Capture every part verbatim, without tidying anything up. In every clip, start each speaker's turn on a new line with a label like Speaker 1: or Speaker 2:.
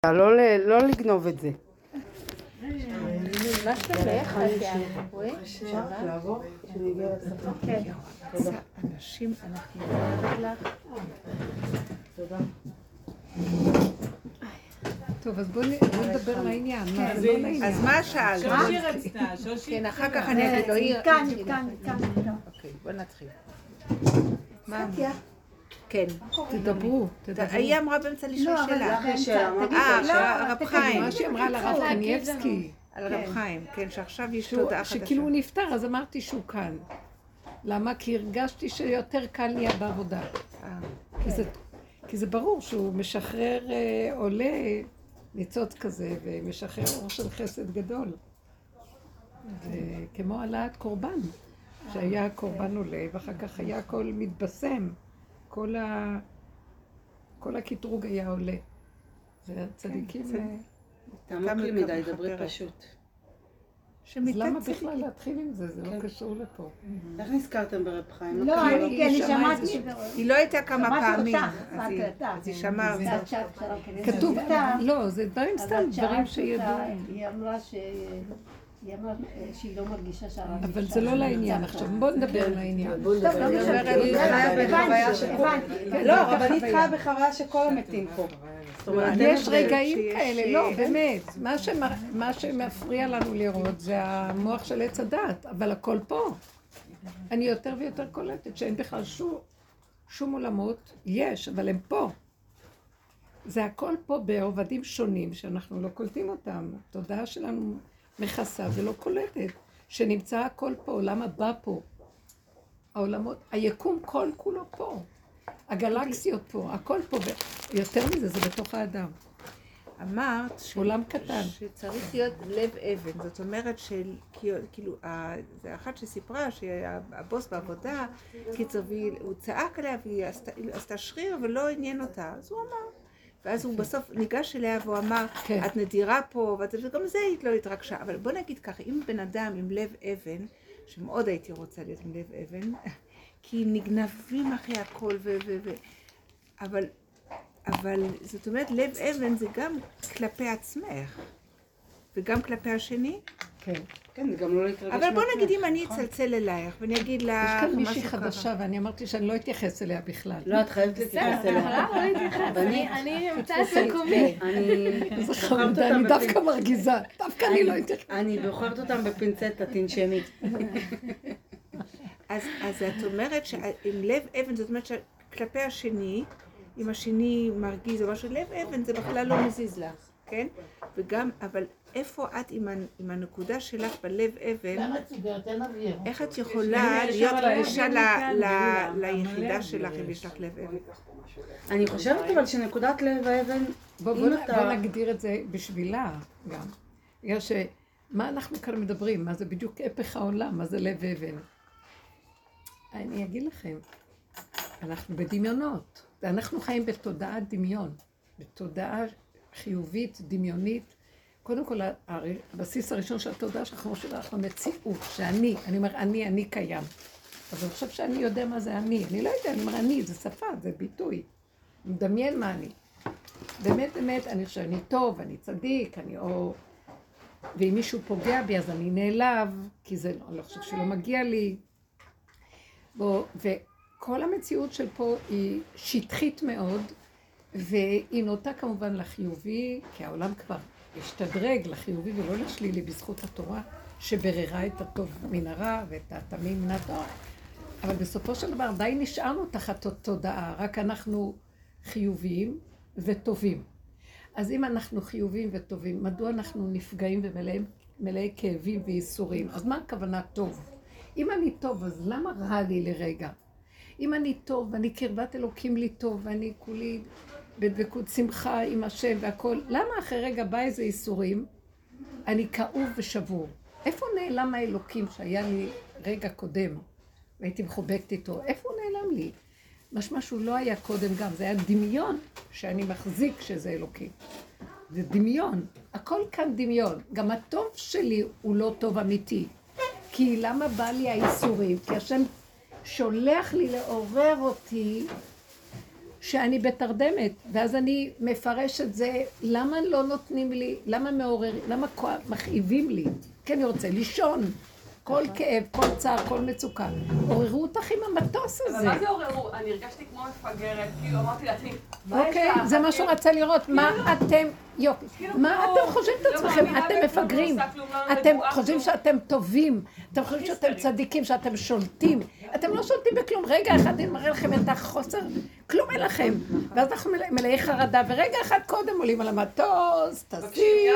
Speaker 1: לא לגנוב את זה.
Speaker 2: מה שלך?
Speaker 1: אפשר לעבור? שנגיע לשפה.
Speaker 2: כן. תודה. אנשים, אנחנו נעבוד לך.
Speaker 1: תודה.
Speaker 3: טוב, אז בואו נדבר על העניין.
Speaker 2: אז מה שאלת?
Speaker 4: שושי רצתה, שושי.
Speaker 2: כן, אחר כך אני אגיד לו, היא...
Speaker 5: כאן, כאן, כאן.
Speaker 2: אוקיי, בוא נתחיל.
Speaker 5: סטיה.
Speaker 2: כן.
Speaker 3: תדברו, תדברו.
Speaker 2: היא אמרה באמצע לשאול
Speaker 5: לא, אבל
Speaker 2: שאלה.
Speaker 5: לא באמצע. תגידו,
Speaker 2: אה,
Speaker 5: לא,
Speaker 2: של הרב חיים.
Speaker 3: מה שהיא אמרה על הרב קנייבסקי.
Speaker 2: על הרב חיים, כן, שעכשיו יש
Speaker 3: שהוא-
Speaker 2: תודעה חדשה.
Speaker 3: שכאילו הוא נפטר, אז אמרתי שהוא כאן. למה? כי הרגשתי שיותר קל נהיה בעבודה.
Speaker 2: אה,
Speaker 3: כי זה- כי זה ברור שהוא משחרר אה, עולה ניצוץ כזה, ומשחרר אור של חסד גדול. כמו העלאת קורבן, שהיה קורבן עולה, ואחר כך היה הכל מתבשם. כל ה... כל הקטרוג היה עולה. זה הצדיקים...
Speaker 2: כן,
Speaker 1: תעמוקי מדי, דברי פשוט.
Speaker 3: אז למה בכלל להתחיל עם זה? זה לא קשור לפה.
Speaker 1: איך נזכרתם ברב חיים?
Speaker 5: לא,
Speaker 1: כאילו,
Speaker 5: אני כן, אני
Speaker 3: שמעה את
Speaker 5: שמעתי.
Speaker 2: היא לא הייתה כמה
Speaker 5: שמעתי
Speaker 2: פעמים,
Speaker 5: אותך,
Speaker 2: אז היא-
Speaker 5: רק אתה.
Speaker 2: אז היא שמעה
Speaker 5: זה
Speaker 2: אותך.
Speaker 5: עכשיו, עכשיו, כן,
Speaker 3: כתוב,
Speaker 5: סתם.
Speaker 3: לא, זה דברים
Speaker 5: אז
Speaker 3: סתם,
Speaker 5: את
Speaker 3: דברים
Speaker 5: שאלת
Speaker 3: שידעו.
Speaker 5: אותה, היא אמרה ש... היא אמרה שהיא לא מרגישה שהרב...
Speaker 3: אבל זה לא לעניין עכשיו, בואו נדבר על העניין.
Speaker 5: טוב, לא משנה.
Speaker 2: היא חיה
Speaker 1: בחוויה של-
Speaker 5: הבנתי.
Speaker 1: לא, הרבנית חיה בחוויה שכל המתים פה. זאת אומרת,
Speaker 3: יש
Speaker 2: אני
Speaker 3: רגעים
Speaker 2: שיש-
Speaker 3: כאלה, לא, באמת. מה שמ- מה שמפריע לנו לראות זה המוח של עץ הדת, אבל הכל פה. אני יותר ויותר קולטת שאין בכלל שום- שום עולמות, יש, אבל הם פה. זה הכל פה בעובדים שונים שאנחנו לא קולטים אותם. התודעה שלנו מכסה ולא קולטת, שנמצא הכל פה, עולם הבא פה. העולמות, היקום כל כולו פה. הגלקסיות פה, הכל פה, ויותר מזה, זה בתוך האדם.
Speaker 2: אמרת ש-
Speaker 3: עולם קטן.
Speaker 2: שצריך להיות לב אבן, זאת אומרת שכאילו, זה אחת שסיפרה שהבוס בעבודה, קיצר, והיא- הוא צעק עליה והיא עשתה- עשתה שריר ולא עניין אותה, אז הוא אמר. ואז הוא בסוף ניגש אליה והוא אמר,
Speaker 3: כן.
Speaker 2: את נדירה פה, ואת- וגם זה היא לא התרגשה. אבל בוא נגיד ככה, אם בן אדם עם לב אבן, שמאוד הייתי רוצה להיות עם לב אבן, כי נגנבים אחרי הכל ו... ו, ו אבל, אבל זאת אומרת, לב אבן זה גם כלפי עצמך, וגם כלפי השני.
Speaker 3: כן.
Speaker 1: כן, זה גם לא להתרגש.
Speaker 2: אבל בוא
Speaker 1: מעצמך.
Speaker 2: נגיד אם אני אצלצל אלייך, ואני אגיד לה...
Speaker 3: יש כאן
Speaker 2: משהו
Speaker 3: מישהי
Speaker 2: ככה.
Speaker 3: חדשה, ואני אמרתי שאני לא אתייחס אליה בכלל.
Speaker 1: לא, את חייבת להתייחס אליה.
Speaker 4: למה לא להתייחס? אני- אני אמצא את מקומי.
Speaker 1: אני
Speaker 3: איזה
Speaker 1: בוחרת
Speaker 3: חמודה,
Speaker 1: אותם
Speaker 3: אני
Speaker 1: בפינצטה.
Speaker 3: דווקא מרגיזה. דווקא אני לא אתייחס.
Speaker 1: אני בוחרת אותם בפינצטה, תנשמי.
Speaker 2: אז, אז את אומרת שעם לב אבן, זאת אומרת שכלפי השני, אם השני מרגיז או משהו, לב אבן זה בכלל לא מזיז לך, כן? וגם, אבל איפה את עם, ה- עם הנקודה שלך בלב אבן, איך את יכולה להיות קשה ל- ל- ליחידה שלך אם יש לך לב אבן?
Speaker 1: אני חושבת אבל שנקודת לב האבן,
Speaker 3: בוא,
Speaker 1: אם
Speaker 3: בוא,
Speaker 1: אתה-
Speaker 3: בוא נגדיר את זה בשבילה גם. בגלל שמה אנחנו כאן מדברים? מה זה בדיוק הפך העולם? מה זה לב אבן? אני אגיד לכם, אנחנו בדמיונות. אנחנו חיים בתודעת דמיון, בתודעה חיובית, דמיונית. קודם כל, הבסיס הראשון של התודעה שלנו שלנו מציאות, שאני, אני אומר, אני, אני קיים. אז אני חושב שאני יודע מה זה אני. אני לא יודע, אני אומר, אני, זה שפה, זה ביטוי. אני מדמיין מה אני. באמת, באמת, אני חושב, אני טוב, אני צדיק, אני או... ואם מישהו פוגע בי, אז אני נעלב, כי זה, אני לא חושב שלא מגיע לי. בוא, וכל המציאות של פה היא שטחית מאוד, והיא נוטה כמובן לחיובי, כי העולם כבר השתדרג לחיובי ולא לשלילי בזכות התורה, שבררה את הטוב מן הרע ואת התמים מן הטוב. אבל בסופו של דבר די נשארנו תחת תודעה, רק אנחנו חיוביים וטובים. אז אם אנחנו חיוביים וטובים, מדוע אנחנו נפגעים ומלאי כאבים וייסורים? אז מה הכוונה טוב? אם אני טוב, אז למה רע לי לרגע? אם אני טוב, ואני קרבת אלוקים לי טוב, ואני כולי בדבקות שמחה עם השם והכל, למה אחרי רגע בא איזה ייסורים? אני כאוב ושבור. איפה נעלם האלוקים שהיה לי רגע קודם, והייתי מחובקת איתו? איפה הוא נעלם לי? משמע שהוא לא היה קודם גם, זה היה דמיון שאני מחזיק שזה אלוקים. זה דמיון, הכל כאן דמיון. גם הטוב שלי הוא לא טוב אמיתי. כי למה בא לי האיסורים? כי השם שולח לי לעורר אותי שאני בתרדמת, ואז אני מפרש את זה, למה לא נותנים לי, למה מעוררים, למה מכאיבים לי? כי אני רוצה לישון. כל כאב, כל צער, כל מצוקה. עוררו אותך עם המטוס הזה.
Speaker 6: אבל מה זה עוררו? אני הרגשתי כמו מפגרת, כאילו אמרתי לעצמי, מה יש
Speaker 3: אוקיי,
Speaker 6: לך?
Speaker 3: זה מה שהוא רצה לראות, מה אתם, יופי, מה אתם חושבים את עצמכם? אתם מפגרים, אתם חושבים שאתם טובים, אתם חושבים שאתם צדיקים, שאתם שולטים, אתם לא שולטים בכלום, רגע אחד אני מראה לכם את החוסר, כלום אין לכם, ואז אנחנו מלאי חרדה, ורגע אחד קודם עולים על המטוס, טסים,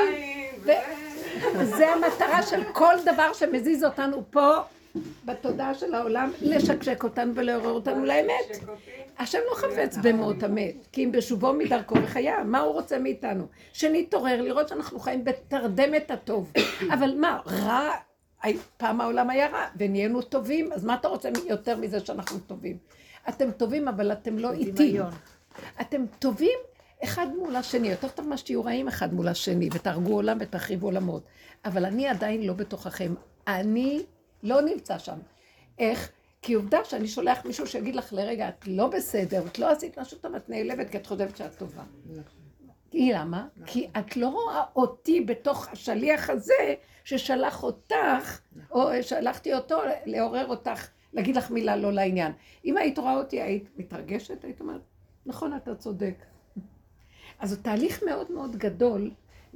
Speaker 3: זה המטרה של כל דבר שמזיז אותנו פה, בתודעה של העולם, לשקשק אותנו ולעורר אותנו לאמת. השם לא חפץ במות המת, כי אם בשובו מדרכו וחיה, מה הוא רוצה מאיתנו? שנתעורר, לראות שאנחנו חיים בתרדמת הטוב. אבל מה, רע, פעם העולם היה רע, ונהיינו טובים, אז מה אתה רוצה יותר מזה שאנחנו טובים? אתם טובים, אבל אתם לא איתי. אתם טובים אחד מול השני, יותר טוב מה שתהיו רעים אחד מול השני, ותהרגו עולם ותחריבו עולמות. אבל אני עדיין לא בתוככם. אני לא נמצא שם. איך? כי עובדה שאני שולח מישהו שיגיד לך לרגע, את לא בסדר, את לא עשית משהו טוב, את נעלבת, כי את חושבת שאת טובה. כי למה? כי את לא רואה אותי בתוך השליח הזה, ששלח אותך, או שלחתי אותו לעורר אותך, להגיד לך מילה לא לעניין. אם היית רואה אותי, היית מתרגשת, היית אומרת, נכון, אתה צודק. אז זה תהליך מאוד מאוד גדול,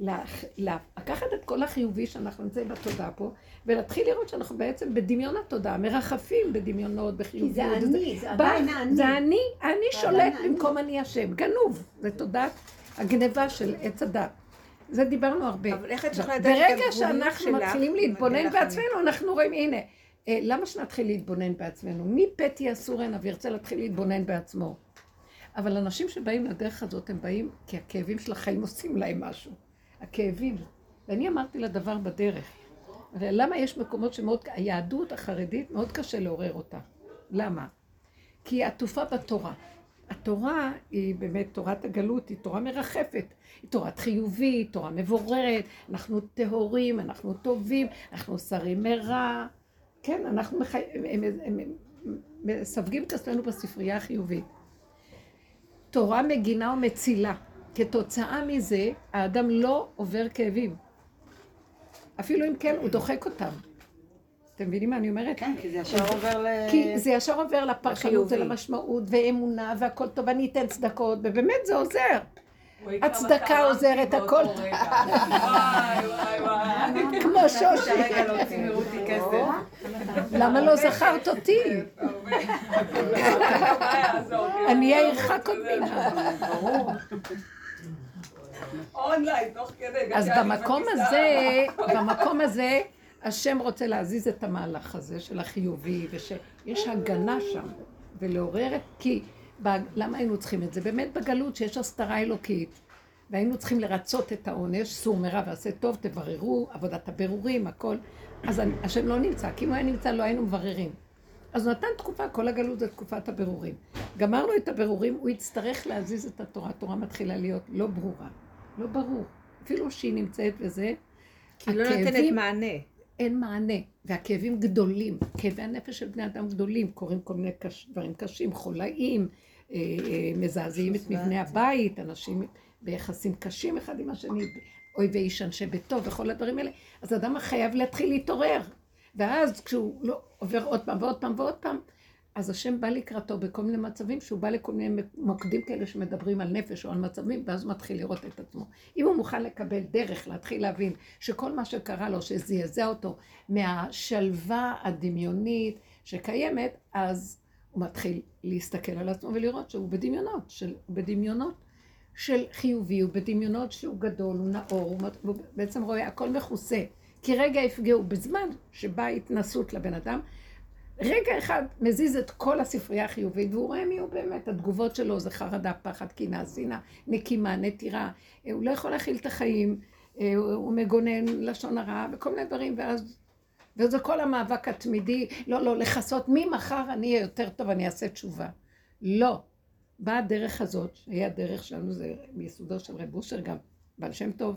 Speaker 3: לקחת את כל החיובי שאנחנו נמצאים בתודעה פה, ולהתחיל לראות שאנחנו בעצם בדמיון התודעה, מרחפים בדמיונות, בחיוביות.
Speaker 5: כי זה אני, זה עדיין אני.
Speaker 3: זה אני, אני שולט במקום אני השם, גנוב, זה תודעת הגניבה של עץ הדת. זה דיברנו הרבה.
Speaker 2: אבל איך את יכולה לדעת את
Speaker 3: ברגע
Speaker 2: הגבוליות
Speaker 3: שאנחנו
Speaker 2: שלך,
Speaker 3: מתחילים להתבונן
Speaker 2: מגיע לך
Speaker 3: בעצמנו, אנחנו רואים, הנה, למה שנתחיל להתבונן בעצמנו? מי פתי אסורנה וירצה להתחיל להתבונן בעצמו? אבל אנשים שבאים לדרך הזאת, הם באים כי הכאבים של החיים עושים להם משהו. הכאבים. ואני אמרתי לדבר בדרך. למה יש מקומות שמאוד, היהדות החרדית מאוד קשה לעורר אותה. למה? כי היא עטופה בתורה. התורה היא באמת תורת הגלות, היא תורה מרחפת. היא תורת חיובי, תורה מבוררת, אנחנו טהורים, אנחנו טובים, אנחנו שרים מרע. כן, אנחנו מחי... הם, הם, הם, הם מסווגים את עצמנו בספרייה החיובית. תורה מגינה ומצילה. כתוצאה מזה, האדם לא עובר כאבים. אפילו אם כן, הוא דוחק אותם. אתם מבינים מה אני אומרת?
Speaker 1: כן, כי זה ישר עובר ל...
Speaker 3: כי זה ישר עובר לפרשנות ולמשמעות ואמונה והכל טוב, אני אתן צדקות, ובאמת זה עוזר. הצדקה עוזרת, הכל טוב.
Speaker 6: וואי, וואי, וואי.
Speaker 3: כמו שושי.
Speaker 1: רגע להוציא מרותי כסף.
Speaker 3: למה לא זכרת אותי? אני העירך קודמינה.
Speaker 1: ברור.
Speaker 6: אונליין, תוך כדי.
Speaker 3: אז במקום הזה, במקום הזה, השם רוצה להזיז את המהלך הזה של החיובי, ושיש הגנה שם, ולעורר את... כי למה היינו צריכים את זה? באמת בגלות שיש הסתרה אלוקית, והיינו צריכים לרצות את העונש, סור מרע ועשה טוב, תבררו, עבודת הבירורים, הכל. אז השם לא נמצא, כי אם הוא היה נמצא לא היינו מבררים. אז נתן תקופה, כל הגלות זה תקופת הבירורים. גמרנו את הבירורים, הוא יצטרך להזיז את התורה, התורה מתחילה להיות לא ברורה, לא ברור. אפילו שהיא נמצאת וזה,
Speaker 2: כי לא נותנת מענה.
Speaker 3: אין מענה, והכאבים גדולים, כאבי הנפש של בני אדם גדולים, קוראים כל מיני קש, דברים קשים, חולאים, אה, אה, מזעזעים את מבנה הבית, אנשים ביחסים קשים אחד עם השני, אויבי איש אנשי ביתו וכל הדברים האלה, אז האדם חייב להתחיל להתעורר, ואז כשהוא לא עובר עוד פעם ועוד פעם ועוד פעם, אז השם בא לקראתו בכל מיני מצבים, שהוא בא לכל מיני מוקדים כאלה שמדברים על נפש או על מצבים, ואז הוא מתחיל לראות את עצמו. אם הוא מוכן לקבל דרך, להתחיל להבין שכל מה שקרה לו, שזעזע אותו מהשלווה הדמיונית שקיימת, אז הוא מתחיל להסתכל על עצמו ולראות שהוא בדמיונות, של, בדמיונות של חיובי, הוא בדמיונות שהוא גדול, הוא נאור, הוא בעצם רואה הכל מכוסה. כי רגע יפגעו בזמן שבאה התנסות לבן אדם, רגע אחד מזיז את כל הספרייה החיובית, והוא רואה מי הוא באמת, התגובות שלו זה חרדה, פחד, קנאה, שנאה, נקימה, נטירה, הוא לא יכול להכיל את החיים, הוא מגונן לשון הרע וכל מיני דברים, ואז, וזה כל המאבק התמידי, לא, לא, לחסות, ממחר אני אהיה יותר טוב, אני אעשה תשובה. לא. באה הדרך הזאת, שהיא הדרך שלנו, זה מיסודו של רב אושר גם, בעל שם טוב,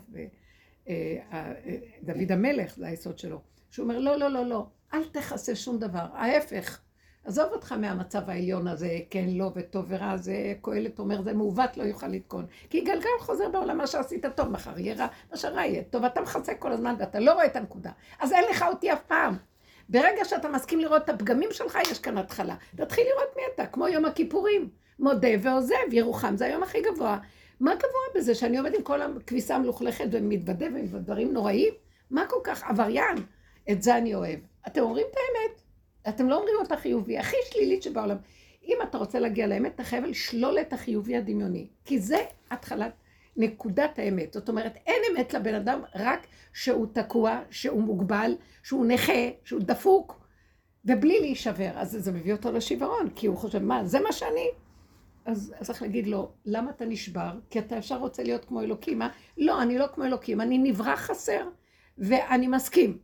Speaker 3: ודוד המלך, זה היסוד שלו, שהוא אומר, לא, לא, לא, לא. אל תחסה שום דבר, ההפך, עזוב אותך מהמצב העליון הזה, כן, לא, וטוב ורע, זה קהלת אומר, זה מעוות, לא יוכל לתקון. כי גלגל חוזר בעולם, מה שעשית טוב, מחר יהיה רע, מה שרע יהיה טוב, אתה מחזק כל הזמן, ואתה לא רואה את הנקודה. אז אין לך אותי אף פעם. ברגע שאתה מסכים לראות את הפגמים שלך, יש כאן התחלה. תתחיל לראות מי אתה, כמו יום הכיפורים. מודה ועוזב, ירוחם, זה היום הכי גבוה. מה גבוה בזה שאני עומד עם כל הכביסה המלוכלכת ומתוודה ודברים נוראים? מה כל כך עבריין? את זה אני אוהב. אתם אומרים את האמת. אתם לא אומרים אותה חיובי, הכי שלילית שבעולם. אם אתה רוצה להגיע לאמת, אתה חייב לשלול את החיובי הדמיוני. כי זה התחלת נקודת האמת. זאת אומרת, אין אמת לבן אדם רק שהוא תקוע, שהוא מוגבל, שהוא נכה, שהוא דפוק, ובלי להישבר. אז זה מביא אותו לשברון, כי הוא חושב, מה, זה מה שאני? אז צריך להגיד לו, למה אתה נשבר? כי אתה אפשר רוצה להיות כמו אלוקים, מה? לא, אני לא כמו אלוקים, אני נברא חסר, ואני מסכים.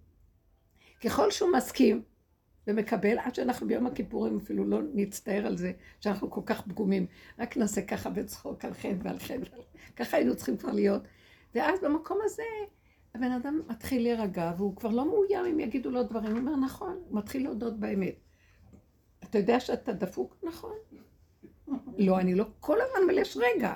Speaker 3: ככל שהוא מסכים ומקבל, עד שאנחנו ביום הכיפורים אפילו לא נצטער על זה, שאנחנו כל כך פגומים, רק נעשה ככה בצחוק על חן ועל חן, ככה היינו צריכים כבר להיות. ואז במקום הזה, הבן אדם מתחיל להירגע, והוא כבר לא מאוים אם יגידו לו דברים, הוא אומר, נכון, הוא מתחיל להודות באמת. אתה יודע שאתה דפוק? נכון. לא, אני לא כל הזמן מלש רגע.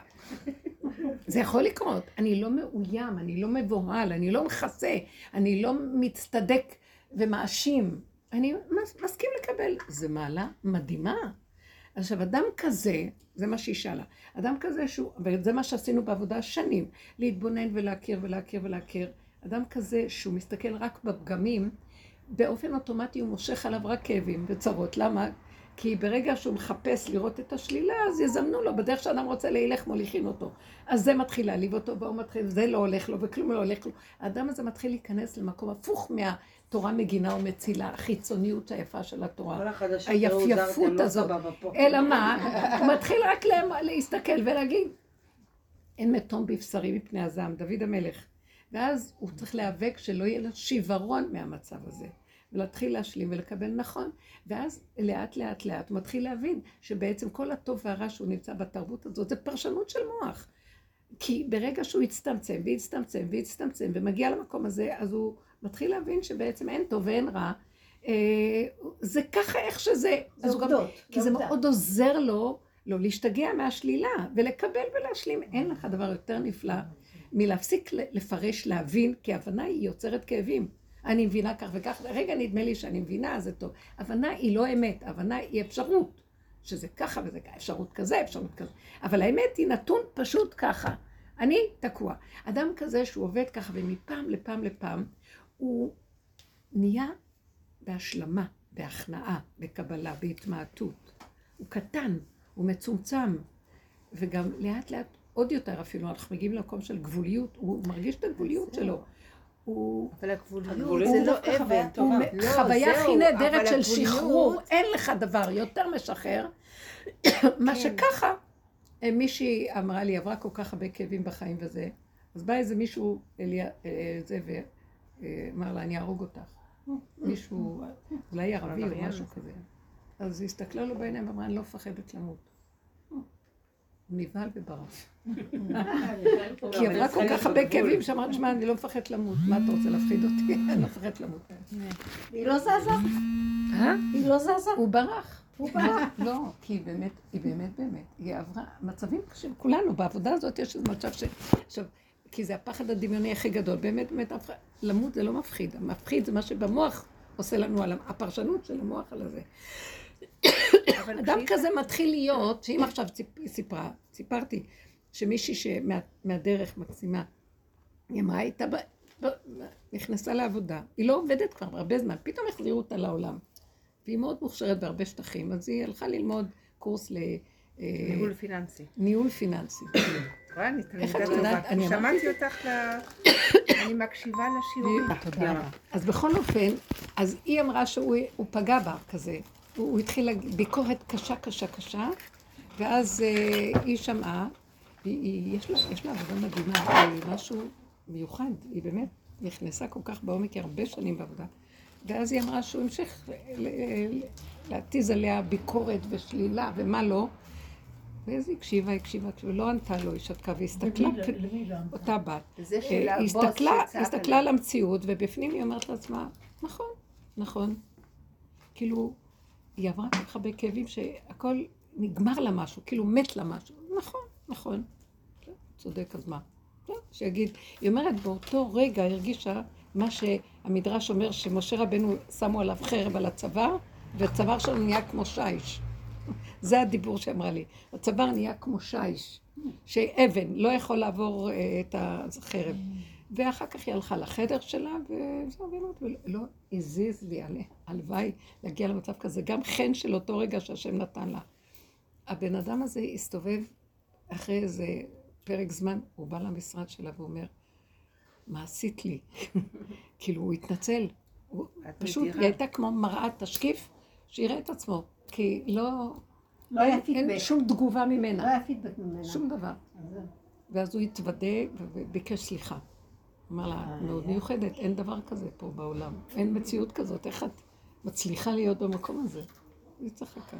Speaker 3: זה יכול לקרות. אני לא מאוים, אני לא מבוהל, אני לא מכסה, אני לא מצטדק ומאשים. אני מסכים לקבל. זה מעלה מדהימה. עכשיו, אדם כזה, זה מה שהיא שאלה, אדם כזה שהוא, וזה מה שעשינו בעבודה שנים, להתבונן ולהכיר ולהכיר ולהכיר, אדם כזה שהוא מסתכל רק בפגמים, באופן אוטומטי הוא מושך עליו רק כאבים וצרות. למה? כי ברגע שהוא מחפש לראות את השלילה, אז יזמנו לו, בדרך שאדם רוצה להילך מוליכים אותו. אז זה מתחיל להעליב אותו, והוא מתחיל, זה לא הולך לו, וכלום לא הולך לו. האדם הזה מתחיל להיכנס למקום הפוך מהתורה מגינה ומצילה, החיצוניות היפה של התורה. היפייפות הזאת. אלא מה? הוא מתחיל רק להסתכל ולהגיד, אין מתום בבשרי מפני הזעם, דוד המלך. ואז הוא צריך להיאבק שלא יהיה לו שיוורון מהמצב הזה. ולהתחיל להשלים ולקבל נכון, ואז לאט לאט לאט הוא מתחיל להבין שבעצם כל הטוב והרע שהוא נמצא בתרבות הזאת זה פרשנות של מוח. כי ברגע שהוא יצטמצם ויצטמצם ויצטמצם ומגיע למקום הזה, אז הוא מתחיל להבין שבעצם אין טוב ואין רע, זה ככה איך שזה.
Speaker 5: זה עובדות.
Speaker 3: כי זה מאוד עוזר לו לא להשתגע מהשלילה ולקבל ולהשלים. אין לך דבר יותר נפלא מלהפסיק לפרש, להבין, כי הבנה היא יוצרת כאבים. אני מבינה כך וכך, רגע נדמה לי שאני מבינה, זה טוב. הבנה היא לא אמת, הבנה היא אפשרות, שזה ככה וזה ככה, אפשרות כזה, אפשרות כזה. אבל האמת היא נתון פשוט ככה. אני תקוע. אדם כזה שהוא עובד ככה, ומפעם לפעם לפעם, הוא נהיה בהשלמה, בהכנעה, בקבלה, בהתמעטות. הוא קטן, הוא מצומצם, וגם לאט לאט עוד יותר אפילו, אנחנו מגיעים למקום של גבוליות, הוא מרגיש את הגבוליות שלו.
Speaker 2: אבל הגבוליות זה לא אבן,
Speaker 3: חוויה הכי נהדרת של שחרור, אין לך דבר יותר משחרר, מה שככה, מישהי אמרה לי, עברה כל כך הרבה כאבים בחיים וזה, אז בא איזה מישהו, זה ואמר לה, אני ארוג אותך, מישהו, אולי ערבי או משהו כזה, אז היא הסתכלה לו בעיניים ואמרה, אני לא מפחדת למות. הוא נבהל וברף. כי עברה כל כך הרבה כאבים שאמרת, שמע, אני לא מפחדת למות. מה אתה רוצה להפחיד אותי? אני לא מפחדת למות.
Speaker 5: היא לא זזה?
Speaker 3: אה?
Speaker 5: היא לא זזה?
Speaker 3: הוא ברח.
Speaker 5: הוא ברח.
Speaker 3: לא, כי היא באמת, היא באמת באמת, היא עברה מצבים קשים. כולנו, בעבודה הזאת יש איזה מצב ש... עכשיו, כי זה הפחד הדמיוני הכי גדול. באמת, באמת, למות זה לא מפחיד. המפחיד זה מה שבמוח עושה לנו על הפרשנות של המוח על הזה. אדם כזה מתחיל להיות, שאם עכשיו סיפרה, סיפרתי, שמישהי שמהדרך מקסימה, היא אמרה, הייתה, נכנסה לעבודה, היא לא עובדת כבר הרבה זמן, פתאום החזירו אותה לעולם, והיא מאוד מוכשרת בהרבה שטחים, אז היא הלכה ללמוד קורס ל...
Speaker 2: ניהול פיננסי.
Speaker 3: ניהול פיננסי.
Speaker 2: אני תלמידה טובה, שמעתי אותך, אני מקשיבה לשיעורים.
Speaker 3: תודה רבה. אז בכל אופן, אז היא אמרה שהוא פגע בה כזה, הוא התחיל ביקורת קשה, קשה, קשה, ואז אה, היא שמעה, היא, היא, יש, לה, יש לה עבודה מדהימה, היא משהו מיוחד, היא באמת נכנסה כל כך בעומק, הרבה שנים בעבודה, ואז היא אמרה שהוא המשיך להתיז עליה ביקורת ושלילה ומה לא, ואז היא הקשיבה, הקשיבה, הקשיבה, לא ענתה לו, היא שתקה והסתכלה, אותה בת, היא הסתכלה, הסתכלה על המציאות, ובפנים היא אומרת לעצמה, נכון, נכון, כאילו, היא עברה כל כך הרבה כאבים שהכל נגמר לה משהו, כאילו מת לה משהו. נכון, נכון. צודק, אז מה? שיגיד, היא אומרת, באותו רגע הרגישה מה שהמדרש אומר, שמשה רבנו שמו עליו חרב על הצוואר, והצוואר שלו נהיה כמו שיש. זה הדיבור שאמרה לי. הצוואר נהיה כמו שיש, שאבן לא יכול לעבור את החרב. ואחר כך היא הלכה לחדר שלה, וזהו, ולא הזיז לי עליה. הלוואי להגיע למצב כזה, גם חן של אותו רגע שהשם נתן לה. הבן אדם הזה הסתובב אחרי איזה פרק זמן, הוא בא למשרד שלה ואומר, מה עשית לי? כאילו, הוא התנצל. הוא פשוט, היא הייתה כמו מראה תשקיף, שיראה את עצמו, כי לא...
Speaker 5: לא היה
Speaker 3: אין
Speaker 5: פידבק.
Speaker 3: שום תגובה
Speaker 5: לא
Speaker 3: ממנה.
Speaker 5: היה פידבק ממנה.
Speaker 3: שום דבר. ואז הוא התוודה וביקש סליחה. אמר לה, מאוד מיוחדת, אין דבר כזה פה בעולם. אין מציאות כזאת, איך את מצליחה להיות במקום הזה? היא צחקה.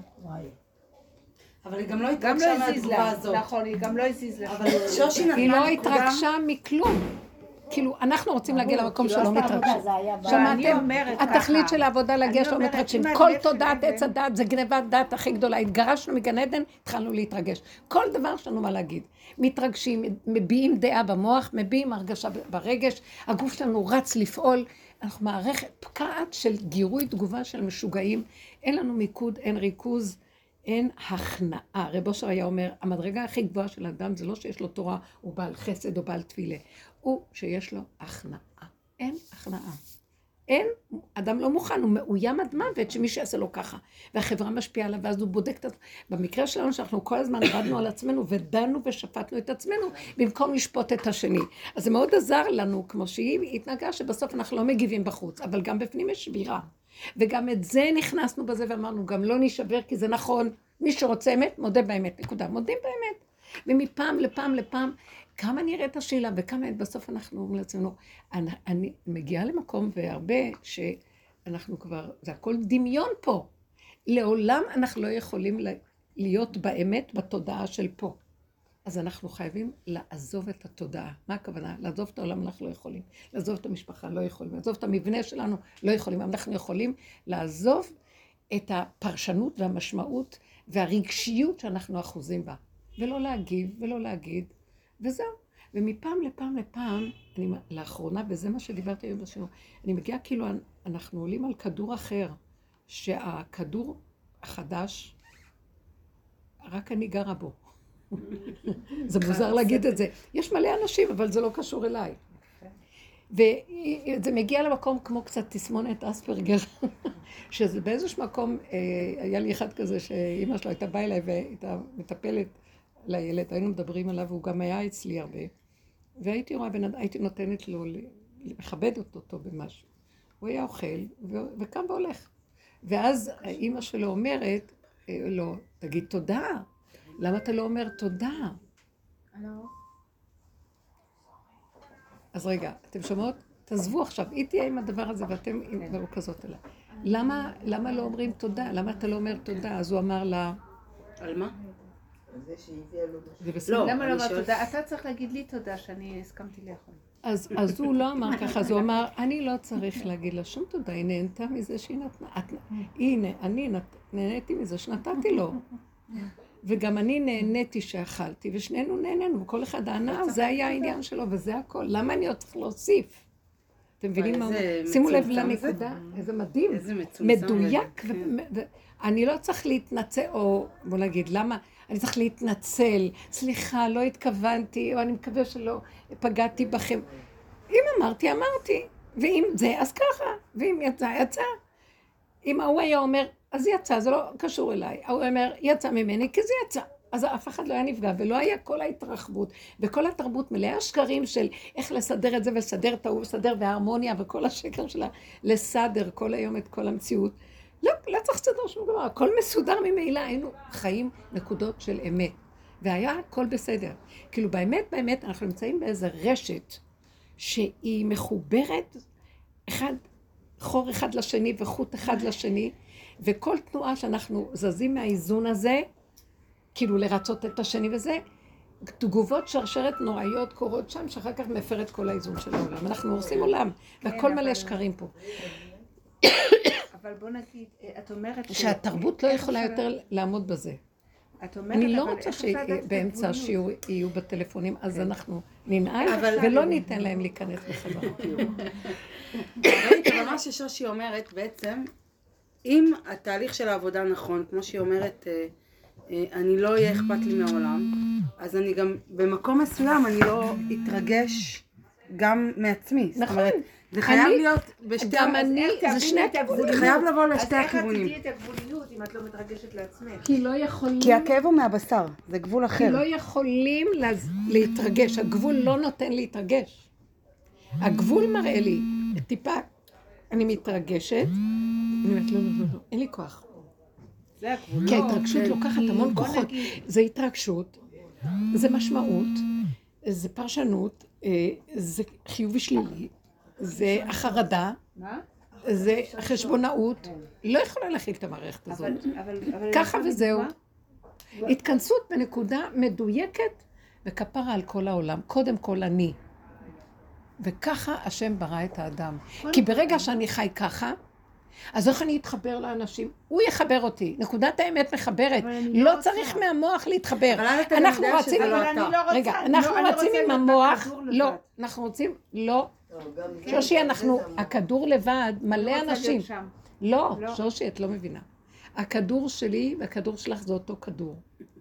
Speaker 1: אבל היא גם לא
Speaker 2: גם לא
Speaker 1: התרגשה
Speaker 2: הזיז
Speaker 1: מהתגובה
Speaker 2: לה,
Speaker 1: הזאת.
Speaker 2: נכון, היא גם לא הזיז לה.
Speaker 1: אבל שושי נתנה
Speaker 3: היא לא
Speaker 1: נקודה.
Speaker 3: התרגשה מכלום. כאילו, אנחנו רוצים להגיע למקום
Speaker 5: כאילו,
Speaker 3: שלא
Speaker 5: עשתה עבודה,
Speaker 3: מתרגשים.
Speaker 5: זה היה ב-
Speaker 2: אני
Speaker 3: שמעתם?
Speaker 2: אומרת
Speaker 3: התכלית
Speaker 2: ככה.
Speaker 3: של העבודה להגיע
Speaker 2: אני
Speaker 3: שלא
Speaker 2: אומרת,
Speaker 3: מתרגשים.
Speaker 2: אם
Speaker 3: כל
Speaker 2: הלב של
Speaker 3: תודעת
Speaker 2: אבן-
Speaker 3: עץ הדת זה גנבת דת הכי גדולה. התגרשנו מגן עדן, התחלנו להתרגש. כל דבר שלנו מה להגיד. מתרגשים, מביעים דעה במוח, מביעים הרגשה ברגש, הגוף שלנו רץ לפעול. אנחנו מערכת פקעת של גירוי תגובה של משוגעים. אין לנו מיקוד, אין ריכוז. אין הכנעה. רב אושר היה אומר, המדרגה הכי גבוהה של האדם זה לא שיש לו תורה, הוא בעל חסד או בעל תפילה, הוא שיש לו הכנעה. אין הכנעה. אין, אדם לא מוכן, הוא מאוים עד מוות שמי שיעשה לו ככה. והחברה משפיעה עליו, ואז הוא בודק את... במקרה שלנו שאנחנו כל הזמן עבדנו על עצמנו, ודנו ושפטנו את עצמנו, במקום לשפוט את השני. אז זה מאוד עזר לנו, כמו שהיא התנהגה, שבסוף אנחנו לא מגיבים בחוץ, אבל גם בפנים יש שבירה. וגם את זה נכנסנו בזה ואמרנו, גם לא נשבר, כי זה נכון, מי שרוצה אמת, מודה באמת, נקודה, מודים באמת. ומפעם לפעם לפעם, כמה נראה את השאלה, וכמה בסוף אנחנו אומרים לעצמנו, אני, אני מגיעה למקום והרבה שאנחנו כבר, זה הכל דמיון פה. לעולם אנחנו לא יכולים להיות באמת בתודעה של פה. אז אנחנו חייבים לעזוב את התודעה. מה הכוונה? לעזוב את העולם אנחנו לא יכולים. לעזוב את המשפחה לא יכולים. לעזוב את המבנה שלנו לא יכולים. אנחנו יכולים לעזוב את הפרשנות והמשמעות והרגשיות שאנחנו אחוזים בה. ולא להגיב ולא להגיד. וזהו. ומפעם לפעם לפעם, אני, לאחרונה, וזה מה שדיברתי היום בשיעור, אני מגיעה כאילו, אנחנו עולים על כדור אחר, שהכדור החדש, רק אני גרה בו. זה מוזר להגיד את זה. יש מלא אנשים, אבל זה לא קשור אליי. וזה מגיע למקום כמו קצת תסמונת אספרגר, שזה באיזשהו מקום, היה לי אחד כזה שאימא שלו הייתה באה אליי והייתה מטפלת לילד, היינו מדברים עליו, והוא גם היה אצלי הרבה. והייתי רואה, הייתי נותנת לו, לכבד אותו במשהו. הוא היה אוכל, וקם והולך. ואז האימא שלו אומרת, לא, תגיד תודה. למה אתה לא אומר תודה? אז רגע, אתם שומעות? תעזבו עכשיו, היא תהיה עם הדבר הזה ואתם לא כזאת אליי. למה, למה לא אומרים תודה? למה אתה לא אומר תודה? אז הוא אמר לה...
Speaker 1: על מה?
Speaker 3: זה בסדר.
Speaker 2: למה לא אמר תודה? אתה צריך להגיד לי תודה שאני הסכמתי לאכול.
Speaker 3: אז, אז הוא לא אמר ככה, אז הוא אמר, אני לא צריך להגיד לה שום תודה, היא נהנתה מזה שהיא נתנה. את, הנה, אני נת, נהניתי מזה שנתתי לו. וגם אני נהניתי שאכלתי, ושנינו נהנינו, וכל אחד ענה, זה היה העניין שלו, וזה הכל. למה אני עוד צריך להוסיף? אתם מבינים מה? שימו לב לנקודה, איזה מדהים, מדויק. אני לא צריך להתנצל, או בוא נגיד, למה? אני צריך להתנצל, סליחה, לא התכוונתי, או אני מקווה שלא פגעתי בכם. אם אמרתי, אמרתי, ואם זה, אז ככה, ואם יצא, יצא. אם הוא היה אומר, אז יצא, זה לא קשור אליי. הוא אומר, יצא ממני, כי זה יצא. אז אף אחד לא היה נפגע, ולא היה כל ההתרחבות, וכל התרבות מלאה השקרים של איך לסדר את זה, ולסדר את ההוא, לסדר וההרמוניה, וכל השקר שלה, לסדר כל היום את כל המציאות. לא, לא צריך לסדר שום דבר, הכל מסודר ממילא, היינו חיים נקודות של אמת. והיה הכל בסדר. כאילו באמת, באמת, אנחנו נמצאים באיזו רשת, שהיא מחוברת, אחד, חור אחד לשני, וחוט אחד לשני, וכל תנועה שאנחנו זזים מהאיזון הזה, כאילו לרצות את השני וזה, תגובות שרשרת נוראיות קורות שם, שאחר כך מפר את כל האיזון של העולם. אנחנו הורסים עולם, והכל מלא שקרים פה.
Speaker 2: אבל בוא נגיד, את אומרת
Speaker 3: שהתרבות לא יכולה יותר לעמוד בזה.
Speaker 2: את אומרת,
Speaker 3: אני לא
Speaker 2: אבל
Speaker 3: רוצה
Speaker 2: איך אפשר לדעת את
Speaker 3: שבאמצע
Speaker 2: הגבוליות?
Speaker 3: השיעור יהיו בטלפונים, אז אנחנו ננעל
Speaker 1: אבל-
Speaker 3: ולא ניתן להם להיכנס בחזרה.
Speaker 1: ראית, אבל מה ששושי אומרת בעצם, אם התהליך של העבודה נכון, כמו שהיא אומרת, אה, אה, אני לא אהיה אכפת לי מהעולם, אז אני גם במקום מסוים אני לא אתרגש גם מעצמי. זאת
Speaker 3: נכון.
Speaker 1: אומרת, זה חייב
Speaker 3: אני-
Speaker 1: להיות בשתי...
Speaker 3: גם
Speaker 2: אז
Speaker 3: אני,
Speaker 2: איך
Speaker 3: זה
Speaker 2: תביני
Speaker 3: שני
Speaker 2: את הגבוליות?
Speaker 1: זה חייב לבוא לשתי
Speaker 2: אז
Speaker 1: הכיוונים.
Speaker 2: איך את תדעי את הגבוליות אם את לא מתרגשת לעצמך?
Speaker 3: כי לא יכולים,
Speaker 1: כי הכאב הוא מהבשר, זה גבול
Speaker 3: כי
Speaker 1: אחר.
Speaker 3: לא יכולים להז- להתרגש, הגבול לא נותן להתרגש. הגבול מראה לי, טיפה, אני מתרגשת, אני אומרת, לא, לא, לא, לא, אין לי כוח.
Speaker 2: זה הגבולות.
Speaker 3: כי ההתרגשות
Speaker 1: כן.
Speaker 3: לוקחת המון
Speaker 2: בוא
Speaker 3: כוחות.
Speaker 2: נגיד-
Speaker 3: זה התרגשות, זה משמעות, זה פרשנות, אה, זה חיובי שלילי, זה החרדה,
Speaker 2: מה?
Speaker 3: זה החשבונאות. לא יכולה להכיל את המערכת הזאת.
Speaker 2: אבל, אבל, אבל...
Speaker 3: ככה
Speaker 2: אני
Speaker 3: וזהו.
Speaker 2: דוגמה?
Speaker 3: התכנסות בנקודה מדויקת וכפרה על כל העולם. קודם כל אני. וככה השם ברא את האדם. כי ברגע שאני חי ככה, אז איך אני אתחבר לאנשים? הוא יחבר אותי. נקודת האמת מחברת.
Speaker 2: אבל אני
Speaker 3: לא
Speaker 2: לא רוצה.
Speaker 3: צריך מהמוח להתחבר.
Speaker 1: אבל אז אתה גם
Speaker 3: אנחנו
Speaker 1: יודע
Speaker 3: רצים...
Speaker 1: שזה לא
Speaker 2: אבל אני
Speaker 1: אתה.
Speaker 2: לא רוצה.
Speaker 3: רגע,
Speaker 2: אני
Speaker 3: אנחנו
Speaker 2: לא- אני
Speaker 3: רצים
Speaker 2: רוצה
Speaker 3: עם
Speaker 2: להיות
Speaker 3: המוח.
Speaker 2: בכדור
Speaker 3: לא,
Speaker 2: לבד.
Speaker 3: אנחנו רוצים... לא. שושי, אנחנו... הכדור לבד, מלא
Speaker 2: אני רוצה
Speaker 3: אנשים.
Speaker 2: להיות שם.
Speaker 3: לא,
Speaker 2: לא.
Speaker 3: שושי, את לא מבינה. הכדור שלי והכדור שלך זה אותו כדור.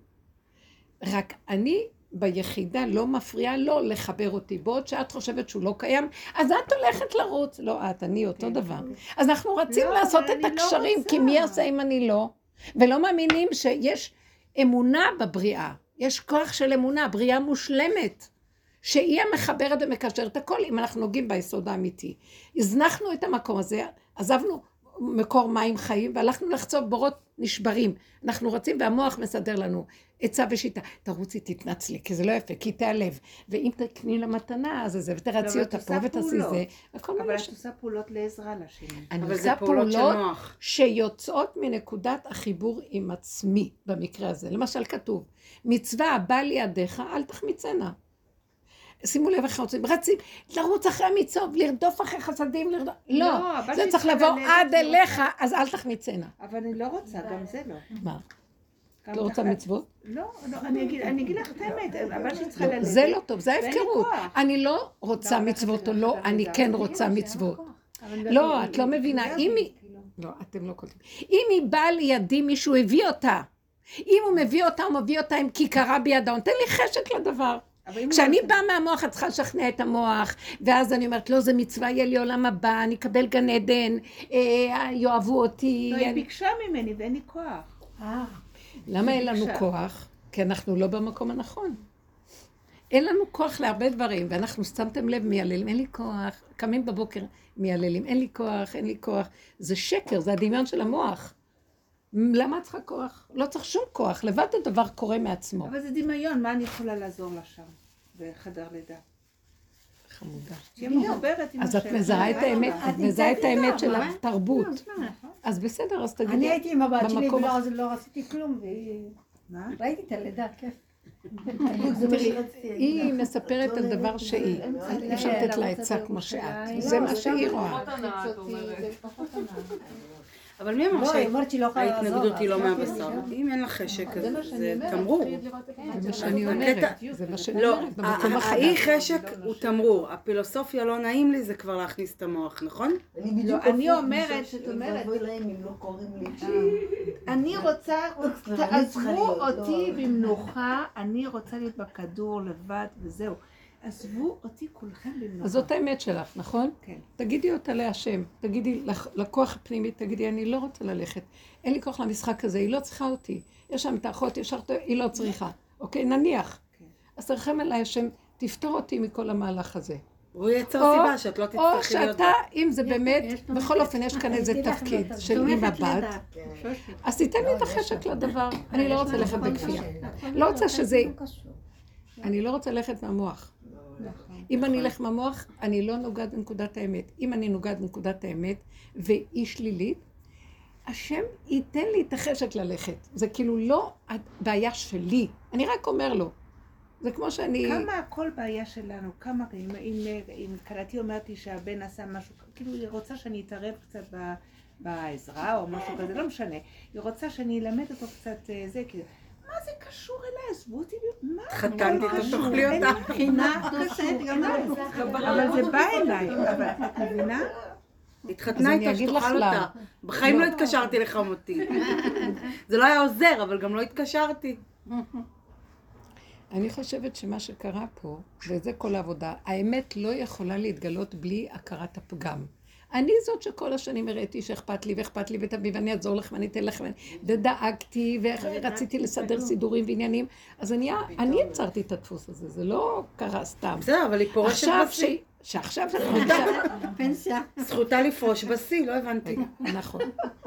Speaker 3: רק אני ביחידה לא מפריעה לו לחבר אותי. בעוד שאת חושבת שהוא לא קיים, אז את הולכת לרוץ. לא את, אני אותו דבר. אז אנחנו רצים
Speaker 2: לא,
Speaker 3: לעשות
Speaker 2: אבל
Speaker 3: את
Speaker 2: אני לא
Speaker 3: הקשרים,
Speaker 2: רוצה.
Speaker 3: כי מי יעשה אם אני לא? ולא מאמינים שיש אמונה בבריאה. יש כוח של אמונה, בריאה מושלמת. שהיא המחברת ומקשרת הכל, אם אנחנו נוגעים ביסוד האמיתי. הזנחנו את המקום הזה, עזבנו מקור מים חיים, והלכנו לחצוב בורות נשברים. אנחנו רצים והמוח מסדר לנו עצה ושיטה. תרוצי, תתנצלי, כי זה לא יפה, כי תיעלב. ואם תקני לה מתנה, אז זה, ותרצי
Speaker 2: אבל
Speaker 3: אותה
Speaker 2: את
Speaker 3: פה
Speaker 2: עושה
Speaker 3: ותעשי
Speaker 2: פעולות.
Speaker 3: זה. הכל
Speaker 2: אבל
Speaker 3: מיני
Speaker 2: את
Speaker 3: ש...
Speaker 2: עושה פעולות לעזרה לשני.
Speaker 3: אני
Speaker 1: אבל זה
Speaker 3: עושה
Speaker 1: פעולות של
Speaker 3: פעולות
Speaker 1: מוח.
Speaker 3: שיוצאות מנקודת החיבור עם עצמי, במקרה הזה. למשל כתוב, מצווה הבא לידיך, אל תחמיצנה. שימו לב איך רוצים, רצים, לרוץ אחרי המצוות, לרדוף אחרי חסדים, לרדוף... לא,
Speaker 2: לא, הבת
Speaker 3: זה
Speaker 2: שלי
Speaker 3: צריך
Speaker 2: צריכה
Speaker 3: לבוא
Speaker 2: ללכת
Speaker 3: עד
Speaker 2: ורוצה.
Speaker 3: אליך, אז אל תחמיצנה.
Speaker 2: אבל אני לא רוצה, גם זה לא.
Speaker 3: מה?
Speaker 2: גם
Speaker 3: לא רוצה
Speaker 2: תחת-
Speaker 3: מצוות?
Speaker 2: לא, לא, אני אגיד, אני אגיד לך את האמת, הבת שלי צריכה ללכת.
Speaker 3: זה לא טוב, זה
Speaker 2: ואין לי
Speaker 3: ההפקרות.
Speaker 2: כוח.
Speaker 3: אני לא רוצה
Speaker 2: גם
Speaker 3: מצוות
Speaker 2: ללכת
Speaker 3: או לא,
Speaker 2: לעבודה.
Speaker 3: אני כן
Speaker 2: אני
Speaker 3: רוצה
Speaker 2: אגיד לה
Speaker 3: מצוות.
Speaker 2: אבל אני
Speaker 3: לא,
Speaker 2: יודעת,
Speaker 3: את לא
Speaker 2: היא-
Speaker 3: מבינה.
Speaker 2: היא-
Speaker 3: אם היא...
Speaker 2: כאילו.
Speaker 3: לא, אתם לא קולטים. אם היא באה לידי, מישהו הביא אותה. אם הוא מביא אותה, הוא מביא אותה עם כיכרה בידה, נותן לי חשק לדבר.
Speaker 2: אבל אם
Speaker 3: כשאני
Speaker 2: הוא-
Speaker 3: באה מהמוח, את צריכה לשכנע את המוח, ואז אני אומרת, לא, זה מצווה, יהיה לי עולם הבא, אני אקבל גן עדן, אה, יאהבו אותי.
Speaker 2: לא, היא
Speaker 3: אני-
Speaker 2: ביקשה ממני ואין לי כוח.
Speaker 3: למה אין לנו
Speaker 2: בבקשה.
Speaker 3: כוח? כי אנחנו לא במקום הנכון. אין לנו כוח להרבה דברים, ואנחנו שמתם לב מיילל, אין לי כוח, קמים בבוקר מיייללים, אין לי כוח, אין לי כוח. זה שקר, זה הדמיון של המוח. למה את צריכה כוח? לא צריך שום כוח, לבד הדבר קורה מעצמו.
Speaker 2: אבל זה דמיון, מה אני יכולה לעזור לה שם, בחדר לידה?
Speaker 3: חמודה.
Speaker 2: שהיא מחוברת עם
Speaker 3: אז את
Speaker 2: השם.
Speaker 3: מזהה את האמת, את מזהה את האמת של התרבות.
Speaker 2: נכון.
Speaker 3: אז בסדר, אז
Speaker 5: אני
Speaker 3: תגידי.
Speaker 5: הייתי עם הבת שלי
Speaker 3: במקום
Speaker 5: ולא לא רציתי כלום, והיא...
Speaker 2: מה?
Speaker 5: ראיתי את הלידה, כיף.
Speaker 3: תראי, היא מספרת על דבר שהיא. אי אפשר לתת לה עצה כמו שאת. זה מה שהיא רואה.
Speaker 6: פחות הנאה, את אומרת.
Speaker 1: אבל מי אמר
Speaker 5: לא, היא אומרת שהיא לא יכולה לעזור.
Speaker 1: שההתנגדות היא לא
Speaker 5: אז
Speaker 1: מהבשר? אם אין לך חשק, אז זה תמרור.
Speaker 3: זה מה שאני אומרת. זה מה שאני
Speaker 1: לא,
Speaker 3: אומרת. במקום
Speaker 1: האי
Speaker 3: החדש.
Speaker 1: חשק הוא תמרור. הפילוסופיה לא נעים לי, זה כבר להכניס את המוח, נכון?
Speaker 5: אני בדיוק
Speaker 2: אני
Speaker 5: הפוך
Speaker 2: אומרת,
Speaker 5: משושי,
Speaker 2: את אומרת.
Speaker 5: ואבוי להם אם לא קוראים לי.
Speaker 2: אני רוצה,
Speaker 5: אני צריכה
Speaker 2: תעזבו
Speaker 5: להיות,
Speaker 2: אותי
Speaker 5: לא.
Speaker 2: במנוחה, אני רוצה להיות בכדור לבד וזהו. עזבו אותי כולכם במנוחה.
Speaker 3: אז זאת האמת שלך, נכון?
Speaker 2: כן.
Speaker 3: תגידי אותה להשם. תגידי לך- לכוח הפנימי, תגידי, אני לא רוצה ללכת. אין לי כוח למשחק הזה, היא לא צריכה אותי. יש שם את האחות, ישר, ת- היא לא צריכה. אוקיי, נניח.
Speaker 2: כן.
Speaker 3: אז תרחם עליי השם, תפתור אותי מכל המהלך הזה.
Speaker 1: הוא ייצר
Speaker 3: או-
Speaker 1: סיבה שאת לא
Speaker 3: או
Speaker 1: תצטרכי להיות...
Speaker 3: שאתה, אם זה באמת,
Speaker 5: יש תומכת.
Speaker 3: בכל אופן יש כאן איזה
Speaker 5: תדעי לך,
Speaker 3: תפקיד
Speaker 5: תומכת
Speaker 3: של אימא
Speaker 5: לידה.
Speaker 3: בת, אז תיתן לי את החשק לדבר. אני לא רוצה ללכת בכפייה. לא רוצה שזה... אני לא רוצה ללכת מהמוח. אם אני אלך מהמוח, אני לא נוגעת בנקודת האמת. אם אני נוגעת בנקודת האמת, והיא שלילית, השם ייתן לי את החשק ללכת. זה כאילו לא הבעיה שלי. אני רק אומר לו, זה כמו שאני...
Speaker 2: כמה הכל בעיה שלנו, כמה, אם, אם, אם קלטי אומרת לי שהבן עשה משהו, כאילו היא רוצה שאני אתערב קצת ב, בעזרה או משהו כזה, לא משנה. היא רוצה שאני אלמד אותו קצת זה, כאילו, מה זה קשור אליי? עזבו אותי, מה?
Speaker 1: חתנתי את התוכלי אותה.
Speaker 2: אין מבחינה כזאת, אבל זה בא אליי, אבל את מבינה?
Speaker 1: התחתנה איתה שתאכל אותה. בחיים לא התקשרתי לחמותי. זה לא היה עוזר, אבל גם לא התקשרתי.
Speaker 3: אני חושבת שמה שקרה פה, וזה כל העבודה, האמת לא יכולה להתגלות בלי הכרת הפגם. אני זאת שכל השנים הראיתי שאכפת לי ואכפת לי ותביא ואני אעזור לך ואני אתן לך ודאגתי ורציתי לסדר סידורים ועניינים. אז אני, אני יצרתי את הדפוס הזה, זה לא קרה סתם.
Speaker 1: בסדר, אבל היא פורשת בשיא.
Speaker 3: שעכשיו
Speaker 5: פנסיה.
Speaker 1: זכותה לפרוש בשיא, לא הבנתי.
Speaker 3: נכון.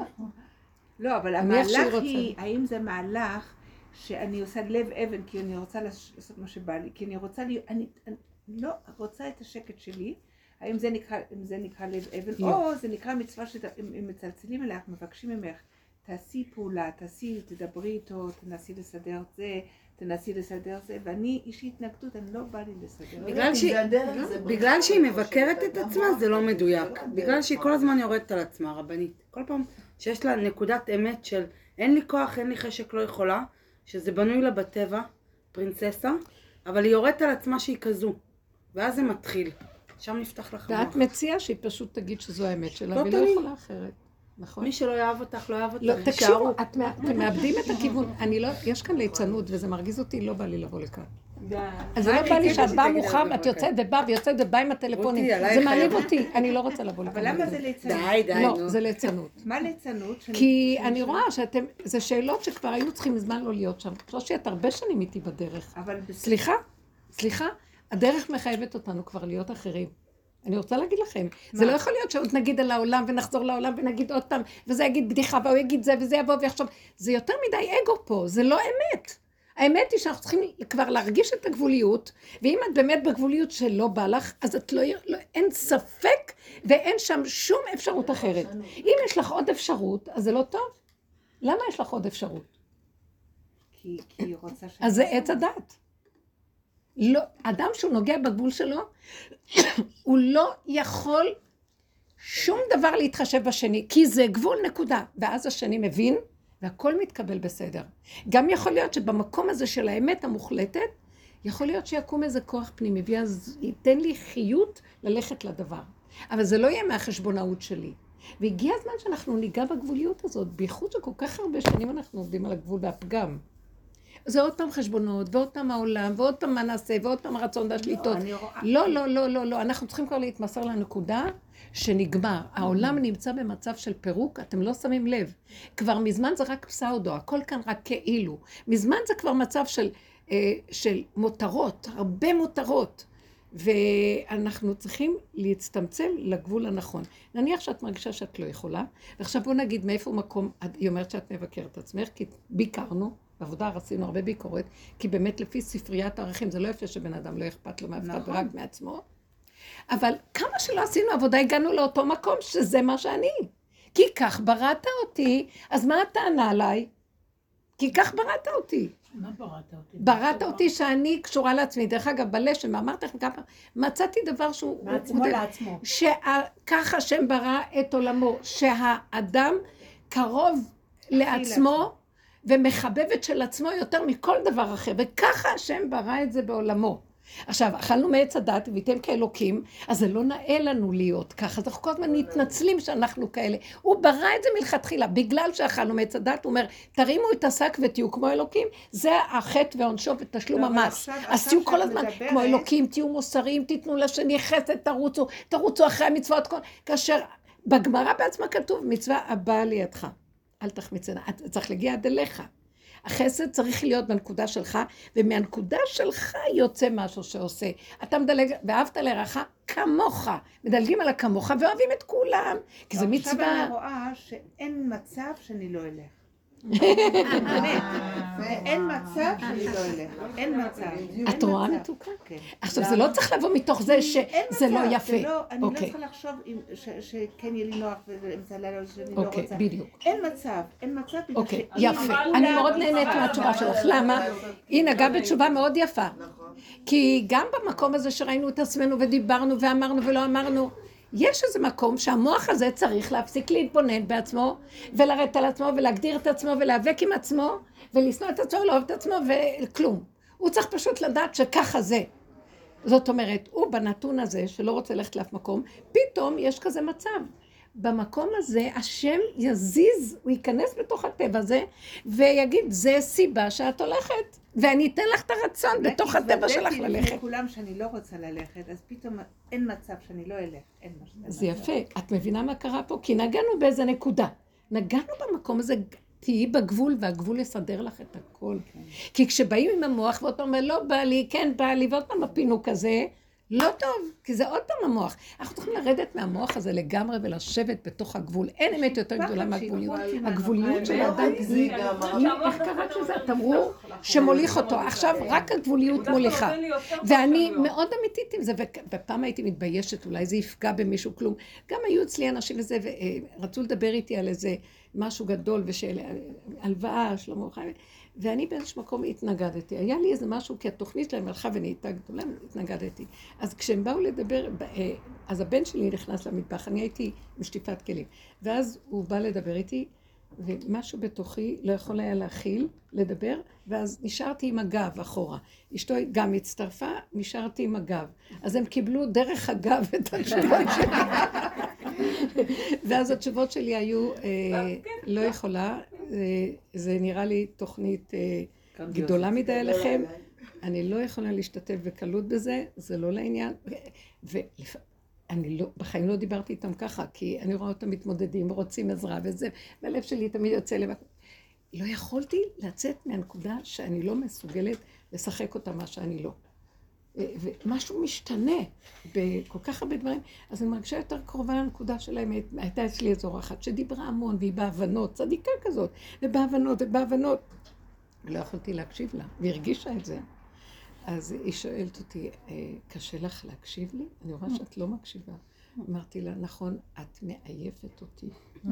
Speaker 2: לא, אבל המהלך היא, האם זה מהלך שאני עושה לב אבן כי אני רוצה לעשות מה שבא לי, כי אני רוצה, אני לא רוצה את השקט שלי, האם זה נקרא, אם זה נקרא לב אבן, או זה נקרא מצווה שהם מצלצלים אלייך, מבקשים ממך, תעשי פעולה, תעשי, תדברי איתו, תנסי לסדר זה, תנסי לסדר זה, ואני אישי התנגדות, אני לא בא לי לסדר.
Speaker 1: בגלל שהיא מבקרת את עצמה זה לא מדויק, בגלל שהיא כל הזמן יורדת על עצמה, רבנית. כל פעם שיש לה נקודת אמת של אין לי כוח, אין לי חשק, לא יכולה, שזה בנוי לה בטבע, פרינססה, אבל היא יורדת על עצמה שהיא כזו, ואז זה מתחיל. שם נפתח לך מוח.
Speaker 3: ואת מציעה שהיא פשוט תגיד שזו האמת שלה, והיא לא יכולה אחרת. נכון?
Speaker 1: מי שלא יאהב אותך, לא יאהב אותך.
Speaker 3: לא, תקשיבו, אתם מאבדים את הכיוון. אני לא, יש כאן ליצנות, וזה מרגיז אותי, לא בא לי לבוא לכאן. אז זה לא בא לי שאת באה מאוחר, ואת יוצאת ובאה ויוצאת ובאה עם הטלפונים. זה מעליב אותי, אני לא רוצה לבוא לכאן.
Speaker 2: אבל למה זה ליצנות?
Speaker 1: די, די, נו.
Speaker 3: לא, זה ליצנות.
Speaker 2: מה ליצנות?
Speaker 3: כי אני רואה שאתם, זה שאלות שכבר היו צריכים מזמן לא להיות שם. כמו שאת הרבה שנים איתי בדרך. סליחה, סליחה, הדרך מחייבת אותנו כבר להיות אחרים. אני רוצה להגיד לכם, זה לא יכול להיות שעוד נגיד על העולם ונחזור לעולם ונגיד עוד פעם, וזה יגיד בדיחה והוא יגיד זה וזה יבוא ויחשוב, זה יותר מדי אגו פה, זה לא אמת. האמת היא שאנחנו צריכים כבר להרגיש את הגבוליות, ואם את באמת בגבוליות שלא בא לך, אז את לא, לא, אין ספק ואין שם שום אפשרות אחרת. אם יש לך עוד אפשרות, אז זה לא טוב. למה יש לך עוד אפשרות?
Speaker 2: כי, כי היא רוצה ש...
Speaker 3: אז זה עץ הדת. לא, אדם שהוא נוגע בגבול שלו, הוא לא יכול שום דבר להתחשב בשני, כי זה גבול נקודה, ואז השני מבין, והכל מתקבל בסדר. גם יכול להיות שבמקום הזה של האמת המוחלטת, יכול להיות שיקום איזה כוח פנימי, ואז ייתן לי חיות ללכת לדבר. אבל זה לא יהיה מהחשבונאות שלי. והגיע הזמן שאנחנו ניגע בגבוליות הזאת, בייחוד שכל כך הרבה שנים אנחנו עובדים על הגבול והפגם. זה עוד פעם חשבונות, ועוד פעם העולם, ועוד פעם מה נעשה, ועוד פעם הרצון והשליטות. לא, לא, לא, לא, לא. אנחנו צריכים כבר להתמסר לנקודה שנגמר. העולם נמצא במצב של פירוק, אתם לא שמים לב. כבר מזמן זה רק פסאודו, הכל כאן רק כאילו. מזמן זה כבר מצב של, של מותרות, הרבה מותרות. ואנחנו צריכים להצטמצם לגבול הנכון. נניח שאת מרגישה שאת לא יכולה, ועכשיו בוא נגיד מאיפה מקום, היא אומרת שאת מבקרת את עצמך, כי ביקרנו, בעבודה רצינו הרבה ביקורת, כי באמת לפי ספריית הערכים, זה לא יפה שבן אדם לא אכפת לו מאף אחד רק מעצמו, אבל כמה שלא עשינו עבודה, הגענו לאותו מקום שזה מה שאני. כי כך בראת אותי, אז מה הטענה עליי? כי כך בראת אותי.
Speaker 5: מה בראת אותי?
Speaker 3: בראת אותי שאני קשורה לעצמי. דרך אגב, בלשם, אמרתי לכם כמה, מצאתי דבר שהוא...
Speaker 5: מעצמו לעצמו.
Speaker 3: שככה השם ברא את עולמו, שהאדם קרוב לעצמו, ומחבבת של עצמו יותר מכל דבר אחר, וככה השם ברא את זה בעולמו. עכשיו, אכלנו מעץ הדת, והייתם כאלוקים, אז זה לא נאה לנו להיות ככה, אז אנחנו כל הזמן מתנצלים שאנחנו כאלה. הוא ברא את זה מלכתחילה, בגלל שאכלנו מעץ הדת, הוא אומר, תרימו את השק ותהיו כמו אלוקים, זה החטא ועונשו ותשלום המס. אז תהיו כל הזמן כמו אלוקים, תהיו מוסריים, תיתנו לשני חסד, תרוצו, תרוצו אחרי המצוות, כאשר בגמרא בעצמה כתוב, מצווה הבאה לידך. אל תחמיצנה, אתה צריך להגיע עד אליך. החסד צריך להיות בנקודה שלך, ומהנקודה שלך יוצא משהו שעושה. אתה מדלג, ואהבת לרעך כמוך, מדלגים על הכמוך ואוהבים את כולם, כי זה מצווה.
Speaker 2: עכשיו אני רואה שאין מצב שאני לא אלך. באמת. אין מצב שאני לא אלך. אין מצב.
Speaker 3: את רואה מתוקה?
Speaker 2: כן.
Speaker 3: עכשיו, זה לא צריך לבוא מתוך זה שזה לא יפה.
Speaker 2: אני לא צריכה לחשוב שכן יהיה לי נוח ובאמצע הלילה שאני לא רוצה.
Speaker 3: אוקיי, בדיוק.
Speaker 2: אין מצב, אין מצב.
Speaker 3: אוקיי, יפה. אני מאוד נהנית מהתשובה שלך. למה? היא נגעה בתשובה מאוד יפה. כי גם במקום הזה שראינו את עצמנו ודיברנו ואמרנו ולא אמרנו, יש איזה מקום שהמוח הזה צריך להפסיק להתבונן בעצמו ולרדת על עצמו ולהגדיר את עצמו ולהיאבק עם עצמו ולשנוא את עצמו ולאהוב את עצמו וכלום. הוא צריך פשוט לדעת שככה זה. זאת אומרת, הוא בנתון הזה שלא רוצה ללכת לאף מקום, פתאום יש כזה מצב. במקום הזה השם יזיז, הוא ייכנס בתוך הטבע הזה ויגיד, זה סיבה שאת הולכת ואני אתן לך את הרצון בתוך הטבע שלך ללכת.
Speaker 2: התוודעתי לפני כולם שאני לא רוצה ללכת, אז פתאום אין מצב שאני לא אלך, אין משהו.
Speaker 3: זה יפה, את מבינה מה קרה פה? כי נגענו באיזה נקודה. נגענו במקום הזה, תהיי בגבול והגבול יסדר לך את הכל. כי כשבאים עם המוח ועוד פעם לא בא לי, כן בא לי, ועוד פעם הפינוק הזה, לא טוב, כי זה עוד פעם המוח. אנחנו צריכים לרדת מהמוח הזה לגמרי ולשבת בתוך הגבול. אין אמת יותר גדולה מהגבוליות. הגבוליות של האדם היא, איך קראת לזה? התמרור שמוליך אותו. עכשיו רק הגבוליות מוליכה. ואני מאוד אמיתית עם זה, ופעם הייתי מתביישת, אולי זה יפגע במישהו כלום. גם היו אצלי אנשים וזה, ורצו לדבר איתי על איזה משהו גדול, ושאלה, הלוואה, שלמה חיים. ואני באיזשהו מקום התנגדתי. היה לי איזה משהו, כי התוכנית שלהם הלכה ונהייתה גדולה, התנגדתי. אז כשהם באו לדבר, אז הבן שלי נכנס למטבח, אני הייתי משטיפת כלים. ואז הוא בא לדבר איתי, ומשהו בתוכי לא יכול היה להכיל, לדבר, ואז נשארתי עם הגב אחורה. אשתו גם הצטרפה, נשארתי עם הגב. אז הם קיבלו דרך הגב את התשובות שלי. ואז התשובות שלי היו, לא יכולה, זה נראה לי תוכנית גדולה מדי עליכם, אני לא יכולה להשתתף בקלות בזה, זה לא לעניין, ואני בחיים לא דיברתי איתם ככה, כי אני רואה אותם מתמודדים ורוצים עזרה וזה, והלב שלי תמיד יוצא לבד. לא יכולתי לצאת מהנקודה שאני לא מסוגלת לשחק אותה מה שאני לא. ומשהו משתנה בכל כך הרבה דברים, אז אני מרגישה יותר קרובה לנקודה שלהם. הייתה אצלי איזו אחת שדיברה המון, והיא בהבנות, צדיקה כזאת, ובהבנות ובהבנות. לא יכולתי להקשיב לה, והרגישה את זה. אז היא שואלת אותי, קשה לך להקשיב לי? אני רואה שאת לא מקשיבה. אמרתי לה, נכון, את מעייפת אותי.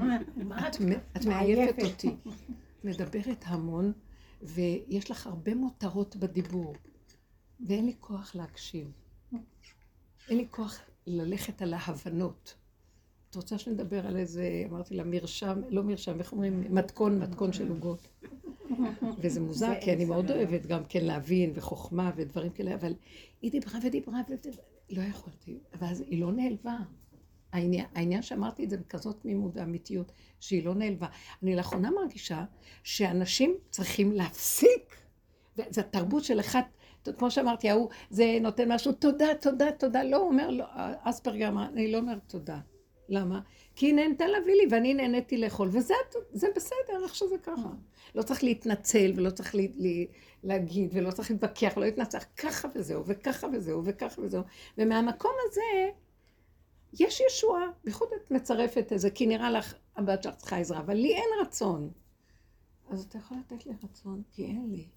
Speaker 3: את מעייפת אותי. מדברת המון, ויש לך הרבה מותרות בדיבור. ואין לי כוח להקשיב. אין לי כוח ללכת על ההבנות. את רוצה שנדבר על איזה, אמרתי לה, מרשם, לא מרשם, איך אומרים, מתכון, מתכון של עוגות. וזה מוזר, כי אני מאוד אוהבת גם כן להבין וחוכמה ודברים כאלה, אבל היא דיברה ודיברה ולא יכולתי. ואז היא לא נעלבה. העניין, העניין שאמרתי את זה בכזאת תמימות ואמיתיות, שהיא לא נעלבה. אני לאחרונה מרגישה שאנשים צריכים להפסיק, וזו התרבות של אחד, כמו שאמרתי, הוא, זה נותן משהו, תודה, תודה, תודה, לא, הוא אומר, לא, אספרגר אמר, אני לא אומר תודה. למה? כי היא נהנתה להביא לי, ואני נהניתי לאכול, וזה זה בסדר, איך שזה ככה. לא צריך להתנצל, ולא צריך לי, לי, להגיד, ולא צריך להתווכח, ולא להתנצח, ככה וזהו, וככה וזהו, וככה וזהו. ומהמקום הזה, יש ישועה, בייחוד את מצרפת איזה, כי נראה לך, הבת שלך צריכה עזרה, אבל לי אין רצון. אז אתה יכול לתת לי רצון, כי אין לי.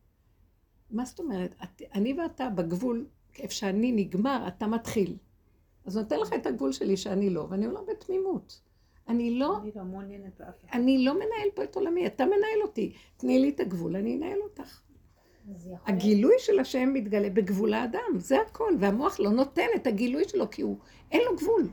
Speaker 3: מה זאת אומרת? אני ואתה בגבול, איפה שאני נגמר, אתה מתחיל. אז נותן לך את הגבול שלי שאני לא, ואני עולה בתמימות. אני לא...
Speaker 2: אני לא מעוניינת באף אחד.
Speaker 3: אני לא מנהל פה את עולמי, אתה מנהל אותי. תני לי את הגבול, אני אנהל אותך. הגילוי של השם מתגלה בגבול האדם, זה הכל. והמוח לא נותן את הגילוי שלו, כי הוא, אין לו גבול.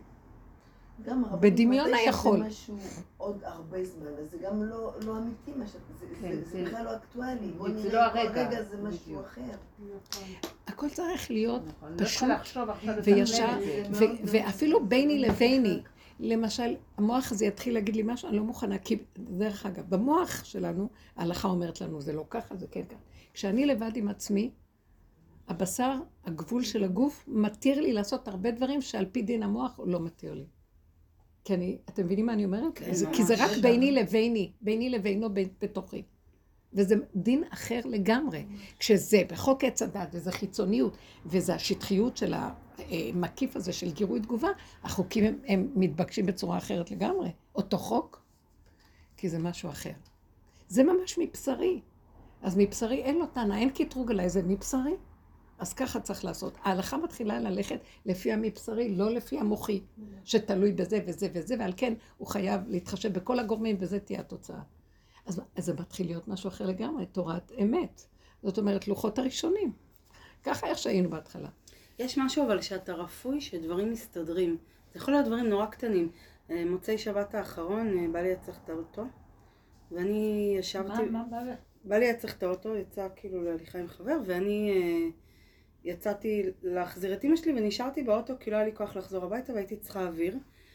Speaker 3: בדמיון היכול.
Speaker 7: זה משהו עוד הרבה זמן, אז זה גם לא אמיתי, זה בכלל לא אקטואלי. בוא נראה, כל רגע זה משהו אחר.
Speaker 3: הכל צריך להיות פשוט וישר, ואפילו ביני לביני. למשל, המוח הזה יתחיל להגיד לי משהו, אני לא מוכנה, כי דרך אגב, במוח שלנו, ההלכה אומרת לנו, זה לא ככה, זה כן ככה. כשאני לבד עם עצמי, הבשר, הגבול של הגוף, מתיר לי לעשות הרבה דברים שעל פי דין המוח הוא לא מתיר לי. כי אני, אתם מבינים מה אני אומרת? כי זה רק ביני לביני, ביני לבינו בתוכי. וזה דין אחר לגמרי. כשזה בחוק עץ הדת, וזה חיצוניות, וזה השטחיות של המקיף הזה של גירוי תגובה, החוקים הם, הם מתבקשים בצורה אחרת לגמרי. אותו חוק, כי זה משהו אחר. זה ממש מבשרי. אז מבשרי אין לו טענה, אין קטרוג עליי, זה מבשרי. אז ככה צריך לעשות. ההלכה מתחילה ללכת לפי המבשרי, לא לפי המוחי, שתלוי בזה וזה וזה, ועל כן הוא חייב להתחשב בכל הגורמים, וזה תהיה התוצאה. אז, אז זה מתחיל להיות משהו אחר לגמרי, תורת אמת. זאת אומרת, לוחות הראשונים. ככה איך שהיינו בהתחלה.
Speaker 1: יש משהו אבל שאתה רפוי, שדברים מסתדרים. זה יכול להיות דברים נורא קטנים. מוצאי שבת האחרון, בא לי יצח את האוטו, ואני ישבתי...
Speaker 5: מה, מה, מה?
Speaker 1: בא לי יצח את האוטו, יצא כאילו להליכה עם חבר, ואני uh, יצאתי להחזיר את אמא שלי, ונשארתי באוטו, כי לא היה לי כוח לחזור הביתה, והייתי צריכה אוויר.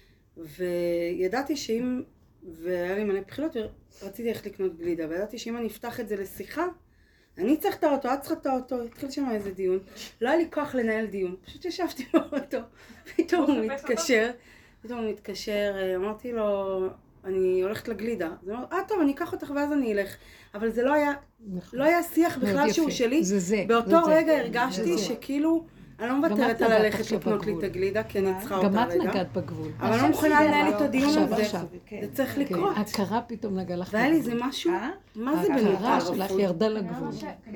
Speaker 1: וידעתי שאם... והיה לי מלא בחילות, ורציתי איך לקנות גלידה, וידעתי שאם אני אפתח את זה לשיחה, אני צריך את האוטו, את צריכה את האוטו, התחיל שם איזה דיון. לא היה לי כוח לנהל דיון, פשוט ישבתי באוטו, פתאום הוא מתקשר, פתאום הוא מתקשר, אמרתי לו, אני הולכת לגלידה. אז הוא אמר, אה טוב, אני אקח אותך ואז אני אלך. אבל זה לא היה, לא היה שיח בכלל שהוא שלי. באותו רגע הרגשתי שכאילו, אני לא מוותרת על ללכת לקנות לי את הגלידה, כי אני צריכה אותה רגע.
Speaker 3: גם את נגעת בגבול.
Speaker 1: אבל אני לא מוכנה לנהל את הדיון הזה. זה צריך לקרות.
Speaker 3: הכרה פתאום נגע לך בגבול.
Speaker 1: והיה לי זה משהו, מה זה באמת
Speaker 3: הכרה שלך ירדה לגבול.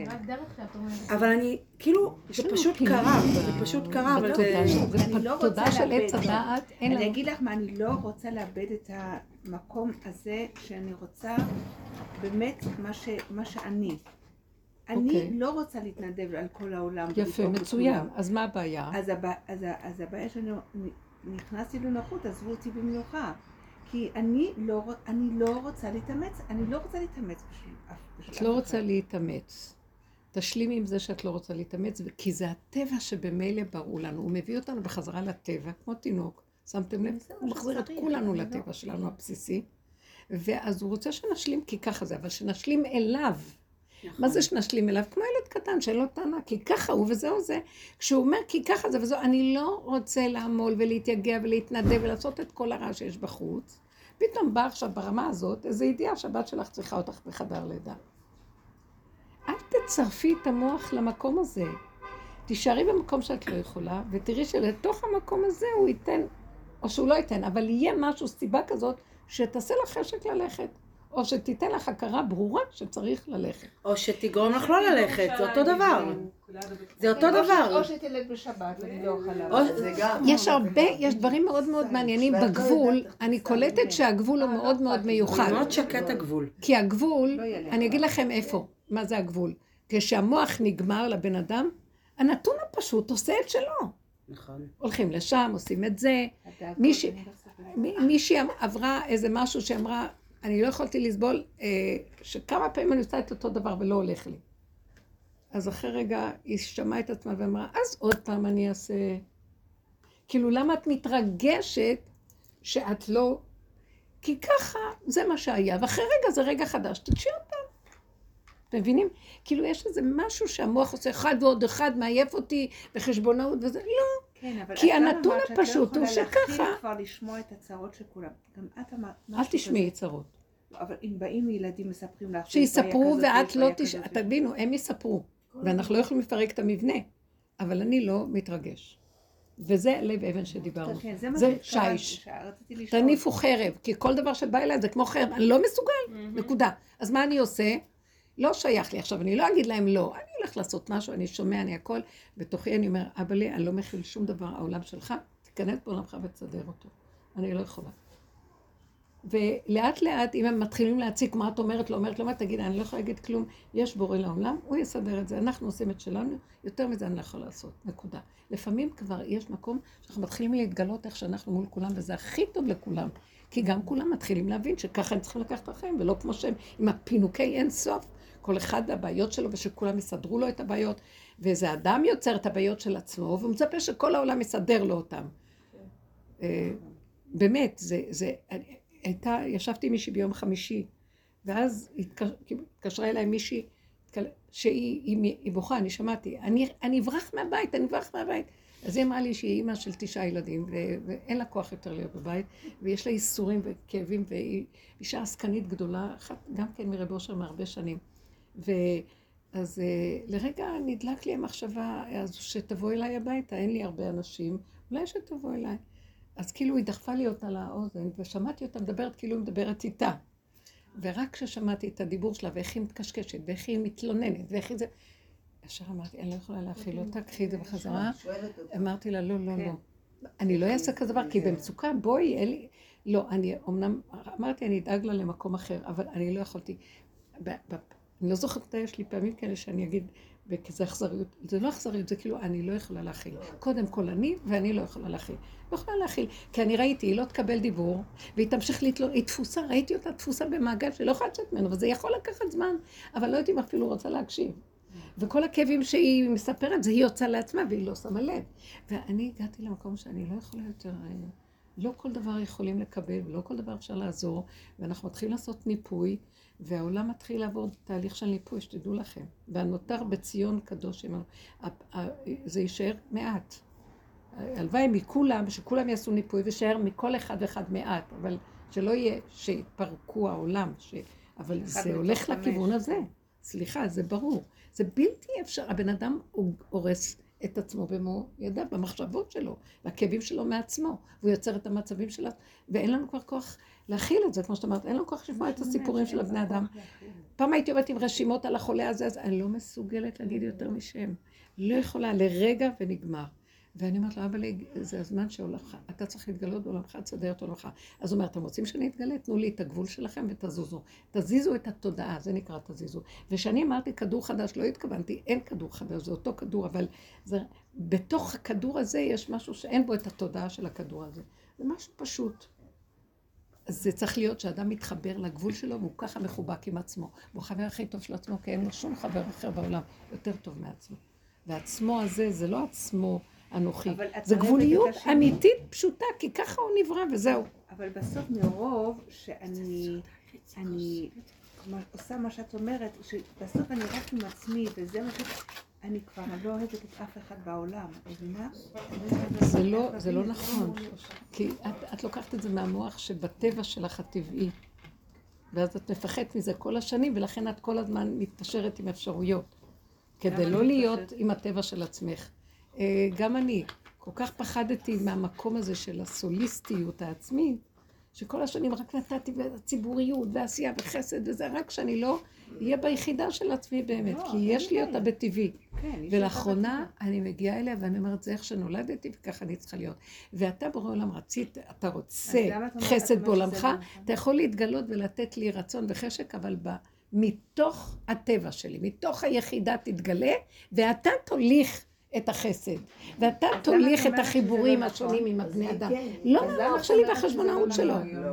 Speaker 1: אבל אני, כאילו, זה פשוט קרה, זה פשוט קרה, אבל זה...
Speaker 3: תודה של עץ הדעת.
Speaker 2: אני אגיד לך מה, אני לא רוצה לאבד את המקום הזה, שאני רוצה באמת מה שאני. אני לא רוצה להתנדב על כל העולם.
Speaker 3: יפה, מצוין. אז מה הבעיה?
Speaker 2: אז הבעיה שאני נכנסתי לנוחות, עזבו אותי במנוחה. כי אני לא רוצה להתאמץ, אני לא רוצה להתאמץ בשביל אף.
Speaker 3: את לא רוצה להתאמץ. תשלים עם זה שאת לא רוצה להתאמץ, כי זה הטבע שבמילא בראו לנו. הוא מביא אותנו בחזרה לטבע, כמו תינוק. שמתם לב? הוא מחזיר את כולנו לטבע שלנו הבסיסי. ואז הוא רוצה שנשלים, כי ככה זה, אבל שנשלים אליו. מה זה שנשלים אליו? כמו ילד קטן שאין לו טענה, כי ככה הוא וזהו זה. כשהוא אומר כי ככה זה וזהו, אני לא רוצה לעמול ולהתייגע ולהתנדב ולעשות את כל הרע שיש בחוץ. פתאום בא עכשיו ברמה הזאת, איזו ידיעה שהבת שלך צריכה אותך בחדר לידה. אל תצרפי את המוח למקום הזה. תישארי במקום שאת לא יכולה, ותראי שלתוך המקום הזה הוא ייתן, או שהוא לא ייתן, אבל יהיה משהו, סיבה כזאת, שתעשה לך חשק ללכת. או שתיתן לך הכרה ברורה שצריך ללכת.
Speaker 1: או שתגרום לך לא ללכת, זה אותו דבר. זה אותו דבר.
Speaker 2: או שתלך בשבת, אני לא אוכל לעבוד.
Speaker 7: זה גם.
Speaker 3: יש הרבה, יש דברים מאוד מאוד מעניינים בגבול. אני קולטת שהגבול הוא מאוד מאוד מיוחד.
Speaker 1: מאוד שקט הגבול.
Speaker 3: כי הגבול, אני אגיד לכם איפה, מה זה הגבול. כשהמוח נגמר לבן אדם, הנתון הפשוט עושה את שלו.
Speaker 1: נכון.
Speaker 3: הולכים לשם, עושים את זה. מישהי עברה איזה משהו שאמרה, אני לא יכולתי לסבול אה, שכמה פעמים אני עושה את אותו דבר ולא הולך לי. אז אחרי רגע היא שמעה את עצמה ואמרה, אז עוד פעם אני אעשה... כאילו, למה את מתרגשת שאת לא... כי ככה זה מה שהיה, ואחרי רגע זה רגע חדש, תקשי אותם. אתם מבינים? כאילו, יש איזה משהו שהמוח עושה אחד ועוד אחד, מעייף אותי בחשבונאות וזה, לא.
Speaker 2: כן, אבל
Speaker 3: כי הנתון הפשוט הוא שככה...
Speaker 2: את לא יכולה להכיל כבר לשמוע את הצרות של כולם. גם את אמרת...
Speaker 3: אל תשמעי צרות.
Speaker 2: אבל אם באים ילדים מספרים לך...
Speaker 3: שיספרו ואת לא תשמע... תבינו, הם יספרו. ואנחנו לא יכולים לפרק את המבנה. אבל אני לא מתרגש. וזה לב אבן שדיברנו. זה שיש. תניפו חרב, כי כל דבר שבא אליי זה כמו חרב. אני לא מסוגל, נקודה. אז מה אני עושה? לא שייך לי. עכשיו, אני לא אגיד להם לא. אני הולך לעשות משהו, אני שומע, אני הכל. בתוכי אני אומר, אבא לי, אני לא מכיל שום דבר, העולם שלך, תיכנס בעולמך ותסדר אותו. אני לא יכולה. ולאט לאט, אם הם מתחילים להציג מה את אומרת, לא אומרת, לא אומרת, תגיד, אני לא יכולה להגיד כלום, יש בורא לעולם, הוא יסדר את זה, אנחנו עושים את שלנו, יותר מזה אני לא יכולה לעשות, נקודה. לפעמים כבר יש מקום שאנחנו מתחילים להתגלות איך שאנחנו מול כולם, וזה הכי טוב לכולם, כי גם כולם מתחילים להבין שככה הם צריכים לקחת לכם, ולא כמו שהם עם הפינוקי אין סוף, כל אחד הבעיות שלו, ושכולם יסדרו לו את הבעיות, ואיזה אדם יוצר את הבעיות של עצמו, והוא מצפה שכל העולם יסדר לו אותם. באמת, זה, זה, הייתה, ישבתי עם מישהי ביום חמישי, ואז התקשרה אליי מישהי, שהיא היא, היא בוכה, אני שמעתי, אני, אני אברח מהבית, אני אברח מהבית. אז היא אמרה לי שהיא אימא של תשעה ילדים, ו- ואין לה כוח יותר להיות בבית, ויש לה איסורים וכאבים, והיא אישה עסקנית גדולה, אחת גם כן מרב אושר מהרבה שנים. ואז לרגע נדלק לי המחשבה, אז שתבוא אליי הביתה, אין לי הרבה אנשים, אולי שתבוא אליי. אז כאילו היא דחפה לי אותה לאוזן, ושמעתי אותה מדברת כאילו היא מדברת איתה. ורק כששמעתי את הדיבור שלה, ואיך היא מתקשקשת, ואיך היא מתלוננת, ואיך היא זה... ישר אמרתי, אני לא יכולה להכיל אותה, קחי את זה בחזרה. אמרתי לה, לא, לא, לא. אני לא אעשה כזה דבר, כי במצוקה, בואי, אלי... לא, אני אמנם, אמרתי, אני אדאג לה למקום אחר, אבל אני לא יכולתי... אני לא זוכרת, יש לי פעמים כאלה שאני אגיד, בכזה אכזריות, זה לא אכזריות, זה כאילו, אני לא יכולה להכיל. קודם כל אני, ואני לא יכולה להכיל. לא יכולה להכיל, כי אני ראיתי, היא לא תקבל דיבור, והיא תמשיך להתלונן, היא תפוסה, ראיתי אותה תפוסה במעגל שלא יכולה לצאת ממנו, וזה יכול לקחת זמן, אבל לא יודעת אם אפילו רוצה להקשיב. וכל הכאבים שהיא מספרת, זה היא יוצאה לעצמה, והיא לא שמה לב. ואני הגעתי למקום שאני לא יכולה יותר... לא כל דבר יכולים לקבל, ולא כל דבר אפשר לעזור, ואנחנו מתחילים לעשות ניפוי, והעולם מתחיל לעבור תהליך של ניפוי, שתדעו לכם. והנותר בציון קדוש, זה יישאר מעט. הלוואי מכולם, שכולם יעשו ניפוי, ושישאר מכל אחד ואחד מעט, אבל שלא יהיה שיתפרקו העולם, ש... אבל זה הולך לכיוון הזה. סליחה, זה ברור. זה בלתי אפשר, הבן אדם הורס את עצמו במו ידיו, במחשבות שלו, והכאבים שלו מעצמו, והוא יוצר את המצבים שלה, ואין לנו כבר כוח להכיל את זה, כמו שאת אומרת, אין לנו כוח לשמוע את הסיפורים של הבני אדם. פעם הייתי עובדת עם רשימות על החולה הזה, אז אני לא מסוגלת להגיד יותר משם. לא יכולה, לרגע ונגמר. ואני אומרת לו, אבל זה הזמן שהולך, אתה צריך להתגלות בעולמך, תסדר את עולמך. אז הוא אומר, אתם רוצים שאני אתגלה? תנו לי את הגבול שלכם ותזוזו. תזיזו את התודעה, זה נקרא תזיזו. ושאני אמרתי כדור חדש, לא התכוונתי, אין כדור חדש, זה אותו כדור, אבל זה, בתוך הכדור הזה יש משהו שאין בו את התודעה של הכדור הזה. זה משהו פשוט. אז זה צריך להיות שאדם מתחבר לגבול שלו, והוא ככה מחובק עם עצמו. הוא החבר הכי טוב של עצמו, כי אין לו שום חבר אחר בעולם יותר טוב מעצמו. ועצמו הזה, זה לא עצמו אנוכי. זה גבוליות אמיתית פשוטה, כי ככה הוא נברא וזהו.
Speaker 2: אבל בסוף מרוב שאני אני עושה מה שאת אומרת, שבסוף אני רק עם עצמי, וזה מה ש... אני כבר לא אוהבת את אף אחד בעולם, מבינה?
Speaker 3: זה לא, זה לא נכון, כי את, את לוקחת את זה מהמוח שבטבע שלך הטבעי, ואז את מפחדת מזה כל השנים, ולכן את כל הזמן מתפשרת עם אפשרויות, כדי לא להיות עם הטבע של עצמך. גם אני כל כך פחדתי מהמקום הזה של הסוליסטיות העצמית, שכל השנים רק נתתי ציבוריות ועשייה וחסד וזה, רק שאני לא אהיה ביחידה של עצמי באמת, כי יש לי אותה בטבעי. ולאחרונה אני מגיעה אליה ואני אומרת, זה איך שנולדתי וככה אני צריכה להיות. ואתה בורא עולם רצית, אתה רוצה חסד בעולמך, אתה יכול להתגלות ולתת לי רצון וחשק, אבל מתוך הטבע שלי, מתוך היחידה תתגלה, ואתה תוליך את החסד, ואתה תוליך את החיבורים השונים עם הבני אדם. לא מהמוח שלי והחשבונאות שלו.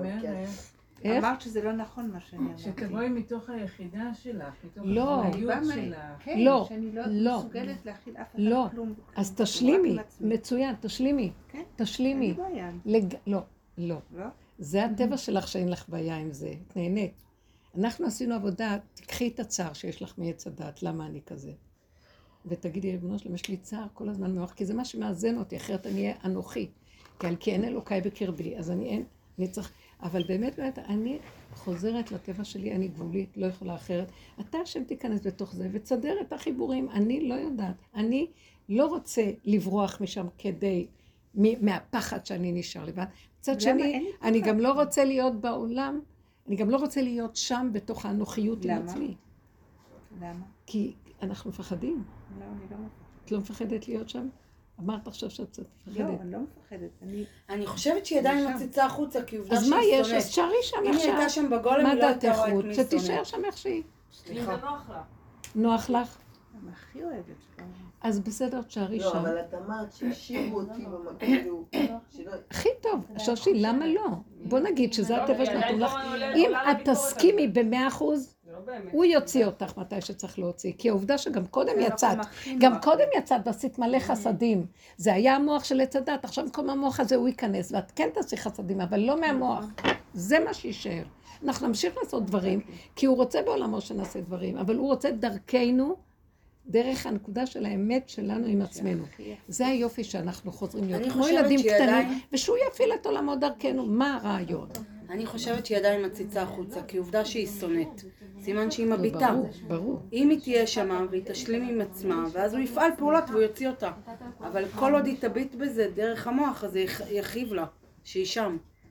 Speaker 2: אמרת שזה לא נכון מה שאני אמרתי.
Speaker 4: שתבואי מתוך היחידה שלך, מתוך
Speaker 3: לא,
Speaker 4: החיות שלך.
Speaker 3: לא,
Speaker 2: שאני
Speaker 3: לא,
Speaker 2: לא מסוגלת להכיל אף אחד
Speaker 3: לא.
Speaker 2: כלום.
Speaker 3: אז תשלימי, מצוין, תשלימי, תשלימי. לא, לא. זה הטבע שלך שאין לך בעיה עם זה, את נהנית. אנחנו עשינו עבודה, תקחי את הצער שיש לך מעץ הדעת, למה אני כזה? ותגידי, ריבונו שלום, יש לי צער כל הזמן מוח, כי זה מה שמאזן אותי, אחרת אני אהיה אנוכי. כי על כי אין אלוקאי בקרבי, אז אני אין, אני צריך... אבל באמת, באמת, אני חוזרת לטבע שלי, אני גבולית, לא יכולה אחרת. אתה השם תיכנס בתוך זה ותסדר את החיבורים, אני לא יודעת. אני לא רוצה לברוח משם כדי, מהפחד שאני נשאר לבד. מצד שני, אני גם לא רוצה להיות בעולם, אני גם לא רוצה להיות שם בתוך האנוכיות עם עצמי.
Speaker 2: למה?
Speaker 3: כי אנחנו מפחדים.
Speaker 2: לא, אני לא מפחדת.
Speaker 3: את לא מפחדת להיות שם? אמרת עכשיו שאת קצת מפחדת.
Speaker 2: לא, אני לא מפחדת.
Speaker 1: אני חושבת שהיא עדיין מציצה החוצה, כי עובדה שהיא
Speaker 3: שונאת. אז מה יש? אז שערי שם
Speaker 1: אם היא הייתה שם בגולם, היא לא הייתה רואה את מי שונאת.
Speaker 3: שתישאר שם איך שהיא.
Speaker 6: סליחה. נוח לה.
Speaker 3: נוח לך?
Speaker 2: אני הכי אוהבת שלנו.
Speaker 3: אז בסדר, תשארי שם.
Speaker 7: לא, אבל את אמרת שהשאירו אותי במקום,
Speaker 3: הכי טוב, שושי, למה לא? בוא נגיד שזה הטבע שנתון לך. אם את תסכימי במאה אחוז, הוא יוציא אותך מתי שצריך להוציא, כי העובדה שגם קודם יצאת, גם קודם יצאת ועשית מלא חסדים. זה היה המוח של עץ הדת, עכשיו במקום המוח הזה הוא ייכנס, ואת כן תעשי חסדים, אבל לא מהמוח. זה מה שישאר. אנחנו נמשיך לעשות דברים, כי הוא רוצה בעולמו שנעשה דברים, אבל הוא רוצה דרכנו, דרך הנקודה של האמת שלנו עם עצמנו. זה היופי שאנחנו חוזרים להיות כמו ילדים קטנים, ושהוא יפעיל את עולמו דרכנו. מה הרעיון?
Speaker 1: אני חושבת שהיא עדיין מציצה החוצה, כי עובדה שהיא שונאת. סימן שהיא מביטה.
Speaker 3: ברור.
Speaker 1: אם היא תהיה שמה והיא תשלים עם עצמה, ואז הוא יפעל פעולות והוא יוציא אותה. אבל כל עוד היא תביט בזה דרך המוח, אז יכאיב לה, שהיא שם.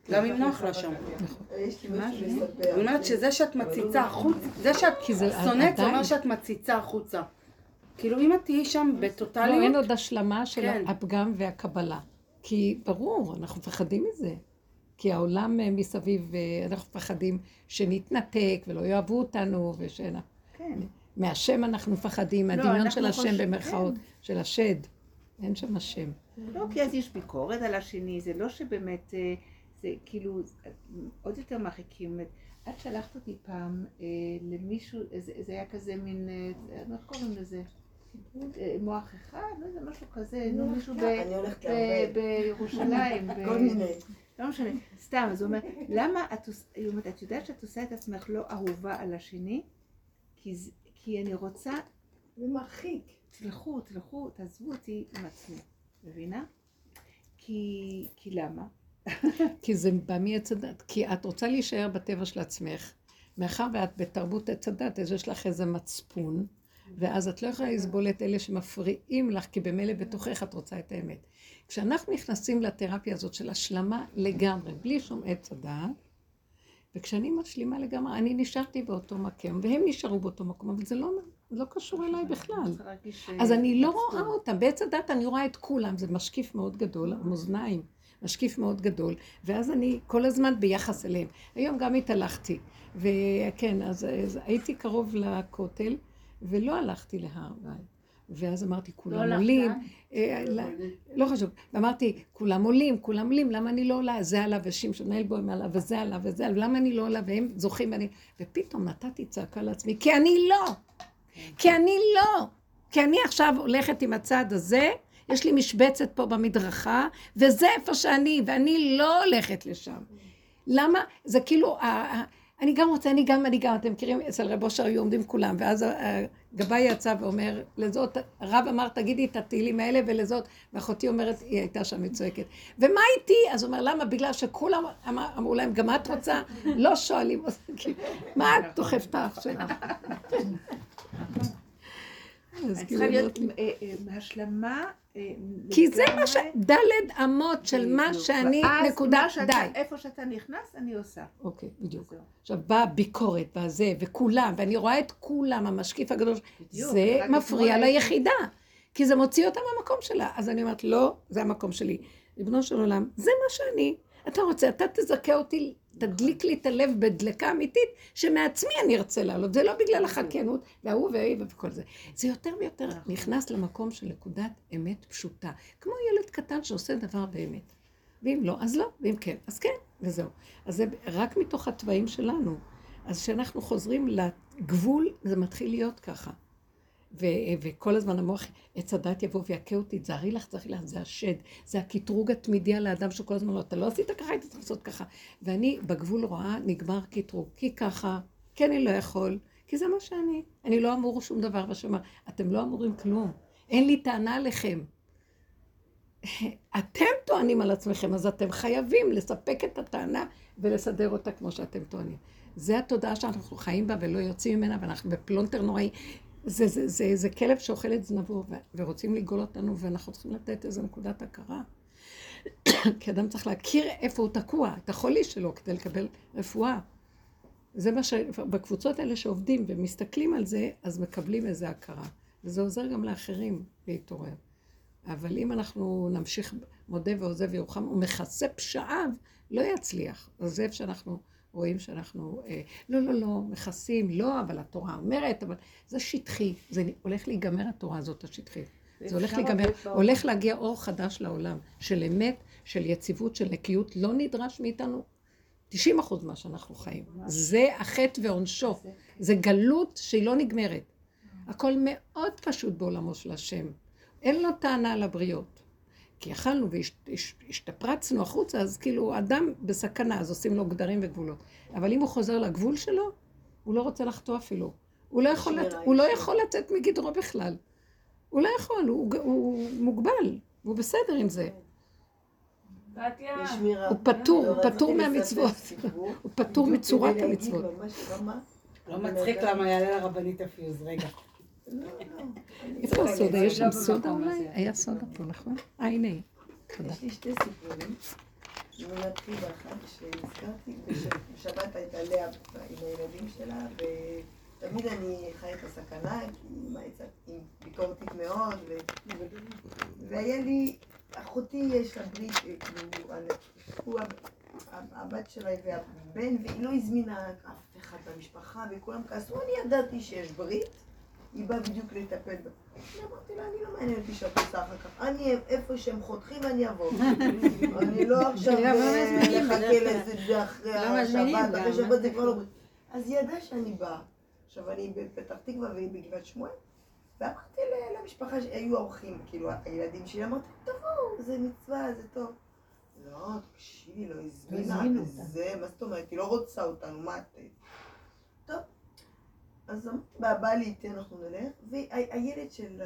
Speaker 1: גם אם נוח לה שם.
Speaker 7: יש לי משהו לספר.
Speaker 1: אני אומרת שזה שאת מציצה החוצה, זה שאת שונאת, זה אומר שאת מציצה החוצה. כאילו אם את תהיי שם בטוטליות...
Speaker 3: לא, אין עוד השלמה של
Speaker 1: כן.
Speaker 3: הפגם והקבלה. כי ברור, אנחנו מפחדים מזה. כי העולם מסביב, אנחנו מפחדים שנתנתק ולא יאהבו אותנו, ושאלה.
Speaker 2: כן.
Speaker 3: מהשם אנחנו מפחדים,
Speaker 2: לא,
Speaker 3: מהדמיון
Speaker 2: אנחנו
Speaker 3: של השם
Speaker 2: חושב-
Speaker 3: במרכאות,
Speaker 2: כן.
Speaker 3: של השד. אין שם השם.
Speaker 2: לא, כי אז יש ביקורת על השני, זה לא שבאמת, אה, זה כאילו, עוד יותר מרחיקים. את שלחת אותי פעם אה, למישהו, זה, זה היה כזה מין, אה, איך קוראים לזה? אה, מוח אחד? לא יודע, משהו כזה, נו, מישהו ב-
Speaker 7: אני הולכת
Speaker 2: ב-
Speaker 7: להרבה.
Speaker 2: בירושלים. ב-
Speaker 7: כל מיני.
Speaker 2: לא משנה, סתם, אז הוא אומר, למה את, עוש- היא אומרת, את יודעת שאת עושה את עצמך לא אהובה על השני? כי, זה- כי אני רוצה,
Speaker 7: זה מרחיק.
Speaker 2: תלכו, תלכו, תעזבו אותי עם עצמי, מבינה? כי, כי למה?
Speaker 3: כי זה בא מעץ הדת. כי את רוצה להישאר בטבע של עצמך. מאחר ואת בתרבות עץ הדת, אז יש לך איזה מצפון, ואז את לא יכולה לסבול את אלה שמפריעים לך, כי במילא בתוכך את רוצה את האמת. כשאנחנו נכנסים לתרפיה הזאת של השלמה לגמרי, בלי שום עץ הדעת, וכשאני משלימה לגמרי, אני נשארתי באותו מקום, והם נשארו באותו מקום, אבל זה לא, לא קשור אליי בכלל. אז אני לא רואה אותם. בעץ הדת אני רואה את כולם, זה משקיף מאוד גדול, המאזניים, משקיף מאוד גדול, ואז אני כל הזמן ביחס אליהם. היום גם התהלכתי, וכן, אז, אז הייתי קרוב לכותל, ולא הלכתי להר הבית. ואז אמרתי, כולם עולים, אה, לא, לא חשוב, ואמרתי, כולם עולים, כולם עולים, למה אני לא עולה? זה עלה, ושמשון אלבוים עלה, וזה עלה, וזה עלה, למה אני לא עולה? והם זוכים, ואני... ופתאום נתתי צעקה לעצמי, כי אני לא, כי אני לא, כי אני עכשיו הולכת עם הצעד הזה, יש לי משבצת פה במדרכה, וזה איפה שאני, ואני לא הולכת לשם. למה? זה כאילו, אני גם רוצה, אני גם, אני גם, אתם מכירים, אצל רב אושר היו עומדים כולם, ואז הגבאי יצא ואומר, לזאת, רב אמר, תגידי את התהילים האלה, ולזאת, ואחותי אומרת, היא הייתה שם מצועקת. ומה איתי? אז הוא אומר, למה? בגלל שכולם אמרו להם, גם את רוצה? לא שואלים, מה את דוחפת את האח שלך?
Speaker 2: אז צריכה להיות השלמה...
Speaker 3: כי זה מה ש... דלת אמות של מה שאני, נקודה, די.
Speaker 2: איפה שאתה נכנס, אני עושה.
Speaker 3: אוקיי, בדיוק. עכשיו באה ביקורת והזה, וכולם, ואני רואה את כולם, המשקיף הגדול, זה מפריע ליחידה, כי זה מוציא אותה מהמקום שלה. אז אני אומרת, לא, זה המקום שלי. ריבונו של עולם, זה מה שאני. אתה רוצה, אתה תזכה אותי, תדליק לי את הלב בדלקה אמיתית, שמעצמי אני ארצה לעלות. זה לא בגלל החכנות, והוא והיא וכל זה. זה יותר ויותר נכנס למקום של נקודת אמת פשוטה. כמו ילד קטן שעושה דבר באמת. ואם לא, אז לא, ואם כן, אז כן, וזהו. אז זה רק מתוך התוואים שלנו. אז כשאנחנו חוזרים לגבול, זה מתחיל להיות ככה. ו- וכל הזמן המוח, עץ הדת יבוא ויקה אותי, תזהרי לך, תזהרי לך, זה השד, זה הקטרוג התמידי על האדם שכל הזמן לא, אתה לא עשית ככה, היית צריך לעשות ככה. ואני בגבול רואה, נגמר קטרוג, כי ככה, כי אני לא יכול, כי זה מה שאני, אני לא אמור שום דבר, ושומע, אתם לא אמורים כלום, אין לי טענה עליכם. אתם טוענים על עצמכם, אז אתם חייבים לספק את הטענה ולסדר אותה כמו שאתם טוענים. זה התודעה שאנחנו חיים בה ולא יוצאים ממנה, ואנחנו בפלונטר נוראי. זה, זה, זה, זה כלב שאוכל את זנבו, ורוצים לגאול אותנו, ואנחנו צריכים לתת איזו נקודת הכרה. כי אדם צריך להכיר איפה הוא תקוע, את החולי שלו, כדי לקבל רפואה. זה מה שבקבוצות האלה שעובדים ומסתכלים על זה, אז מקבלים איזו הכרה. וזה עוזר גם לאחרים להתעורר. אבל אם אנחנו נמשיך מודה ועוזב ירוחם, ומכסה פשעיו, לא יצליח. אז זה איפה שאנחנו... רואים שאנחנו, אה, לא, לא, לא, מכסים, לא, אבל התורה אומרת, אבל זה שטחי, זה הולך להיגמר התורה הזאת השטחית. זה הולך להיגמר, הולך להגיע אור חדש לעולם, של אמת, של יציבות, של נקיות, לא נדרש מאיתנו תשעים אחוז מה שאנחנו חיים. זה החטא ועונשו, זה גלות שהיא לא נגמרת. הכל מאוד פשוט בעולמו של השם. אין לו טענה על הבריות. כי אכלנו והשתפרצנו החוצה, אז כאילו אדם בסכנה, אז עושים לו גדרים וגבולות. אבל אם הוא חוזר לגבול שלו, הוא לא רוצה לחטוא אפילו. הוא לא יכול, לת... הוא לא יכול לצאת מגדרו בכלל. הוא לא יכול, הוא, הוא מוגבל, הוא בסדר עם זה. הוא פטור, הוא פטור מהמצוות. הוא פטור מצורת המצוות.
Speaker 1: לא מצחיק למה יעלה לרבנית הפיוז, רגע.
Speaker 3: איפה הסודה? יש שם סודה אולי? היה סודה פה, נכון? אה, הנה.
Speaker 7: יש לי שתי סיפורים. אני נתחיל באחד שהזכרתי, בשבת הייתה לאה עם הילדים שלה, ותמיד אני חיה את הסכנה, כי היא ביקורתית מאוד, והיה לי, אחותי יש לה ברית, הוא הבת שלה והבן, והיא לא הזמינה אף אחד במשפחה, וכולם כעסו, אני ידעתי שיש ברית, היא באה בדיוק לטפל בה. אני אמרתי לה, אני לא מעניין אותי שאת עושה אחר כך, אני איפה שהם חותכים אני אבוא. אני לא עכשיו לחכה לזה אחרי השבת, אחרי שבת זה כבר לא ברית. אז היא ידעה שאני באה. עכשיו אני בפתח תקווה והיא בגבעת שמואל, ואמרתי למשפחה שהיו אורחים, כאילו הילדים שלי, אמרתי, תבואו, זה מצווה, זה טוב. לא, תקשיבי, לא הזמינה את זה, מה זאת אומרת, היא לא רוצה אותנו, מה את... טוב. אז בא לי איתי אנחנו נלך, והילד של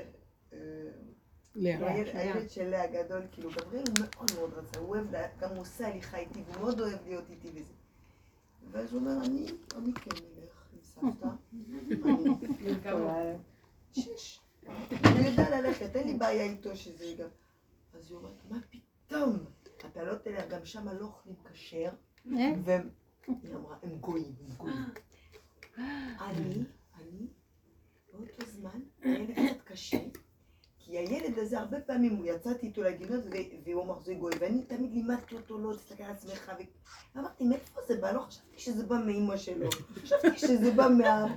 Speaker 7: לאה, הילד של לאה הגדול, כאילו גבריאל הוא מאוד מאוד רצה, הוא אוהב, גם הוא עושה הליכה איתי, והוא מאוד אוהב להיות איתי וזה. ואז הוא אומר, אני, אני כן נלך עם סבתא, אני שש, הוא יודע ללכת, אין לי בעיה איתו שזה גם. אז הוא אומר, מה פתאום? אתה לא תלך, גם שם לא אוכלים כשר, והם אמרה, הם גויים, הם גויים. אני, אני, באותו זמן, היה לי קצת קשה, כי הילד הזה הרבה פעמים הוא יצאתי איתו לגינות והוא אמר זה גוי, ואני תמיד לימדתי אותו לא תסתכל על עצמך, ואמרתי מאיפה זה בא? לא חשבתי שזה בא מאמא שלו, חשבתי שזה בא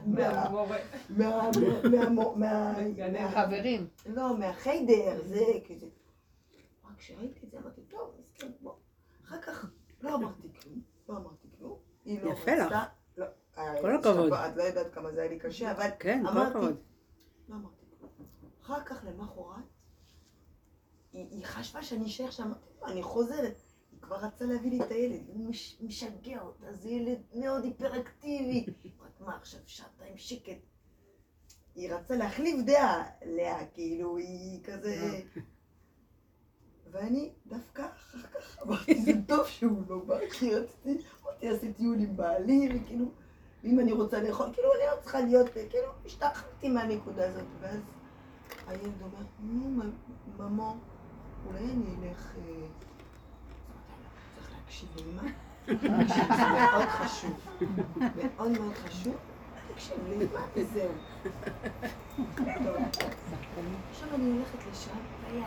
Speaker 3: מהחברים.
Speaker 7: לא, מהחיידר, זה כזה. רק כשראיתי את זה אמרתי, טוב, אז כן, בוא. אחר כך לא אמרתי כלום, לא אמרתי כלום, היא לא רצתה.
Speaker 1: כל הכבוד.
Speaker 7: את לא יודעת כמה זה היה לי קשה, אבל אמרתי, לא אמרתי כלום. אחר כך למחרת, היא חשבה שאני אשאר שם, אני חוזרת. היא כבר רצה להביא לי את הילד, הוא משגע אותה, זה ילד מאוד היפראקטיבי. רק מה עכשיו, שעתיים שקט. היא רצה להחליף דעה, לאה, כאילו, היא כזה... ואני דווקא אחר כך אמרתי, זה טוב שהוא לא בא, כי רציתי, אמרתי, עשיתי טיול עם בעלי, וכאילו, ואם אני רוצה לאכול, כאילו, אני לא צריכה להיות, כאילו, השתחררתי מהנקודה הזאת, ואז הילד אומר, נו, ממו, אולי אני אלך, צריך להקשיב לאמא, זה מאוד חשוב, מאוד מאוד חשוב, תקשיב לאמא, וזהו. עכשיו אני הולכת לשם, והיה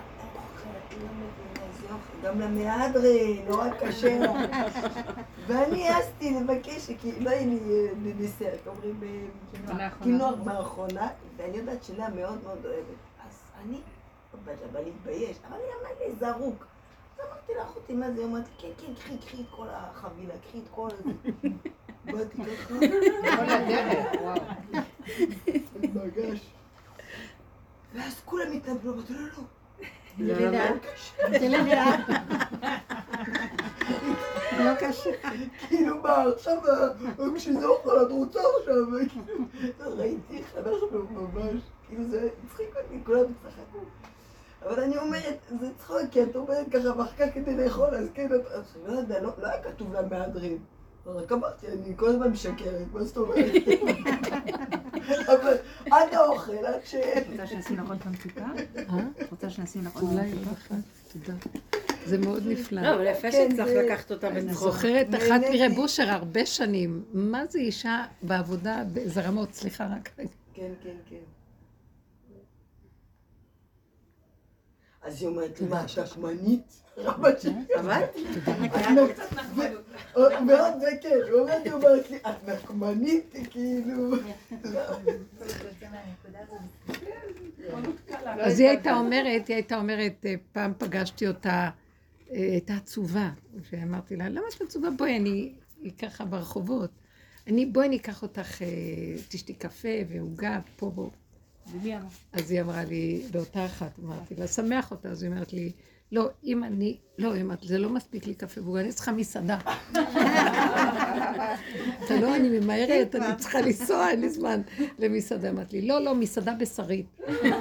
Speaker 7: גם למהדרין, נורא קשה לה. ואני העזתי לבקש, כי לא היה לי דסרט, אומרים בקינוח באחרונה, ואני יודעת שלה מאוד מאוד אוהבת. אז אני, בא להתבייש, אבל היא אמרה לי זרוק. אז אמרתי לאחותי, מה זה? היא אמרתי, כן, כן, קחי, קחי את כל החבילה, קחי את כל זה. באתי ככה.
Speaker 3: כל הדרך, וואו.
Speaker 7: מגש. ואז כולם התנפלו, אמרתי, לא, לא.
Speaker 5: זה לידה. זה לידה. לא קשה.
Speaker 7: כאילו מה, עכשיו, כשזה אוכל, את רוצה עכשיו, ראיתי איך אנחנו ממש, כאילו זה צחיק אותי, כולם צחקו. אבל אני אומרת, זה צחוק, כי את אומרת ככה מחכה כדי לאכול, אז כן, אז לא יודע, לא היה כתוב לה מהדרין. רק אמרתי, אני כל הזמן משקרת, מה זאת אומרת? אבל עד האוכל, עד ש...
Speaker 2: רוצה שנשים לך עוד פעם טיפה? רוצה שנשים לך עוד
Speaker 3: אולי לך, תודה. זה מאוד נפלא.
Speaker 1: לא, אבל יפה שהצלח לקחת אותה בצחוק.
Speaker 3: אני זוכרת אחת מרב בושר הרבה שנים. מה זה אישה בעבודה בזרמות? סליחה רק רגע.
Speaker 7: כן, כן, כן. אז היא אומרת לי, מה, שקמנית? רבת שלי.
Speaker 1: עבדת?
Speaker 7: מאוד זה כן, היא אומרת לי, את נקמנית, כאילו...
Speaker 3: אז היא הייתה אומרת, היא הייתה אומרת, פעם פגשתי אותה, הייתה עצובה, ואמרתי לה, למה את עצובה? בואי, אני ככה ברחובות. אני, בואי אני אקח אותך, תשתי קפה ועוגה, פה בו. אז היא אמרה לי, באותה אחת, אמרתי לה, שמח אותה, אז היא אומרת לי, לא, אם אני, לא, היא אמרת, זה לא מספיק לי קפה ועוגה, אני צריכה מסעדה. אתה לא, אני ממהרת, אני צריכה לנסוע, אין לי זמן למסעדה. אמרת לי, לא, לא, מסעדה בשרית.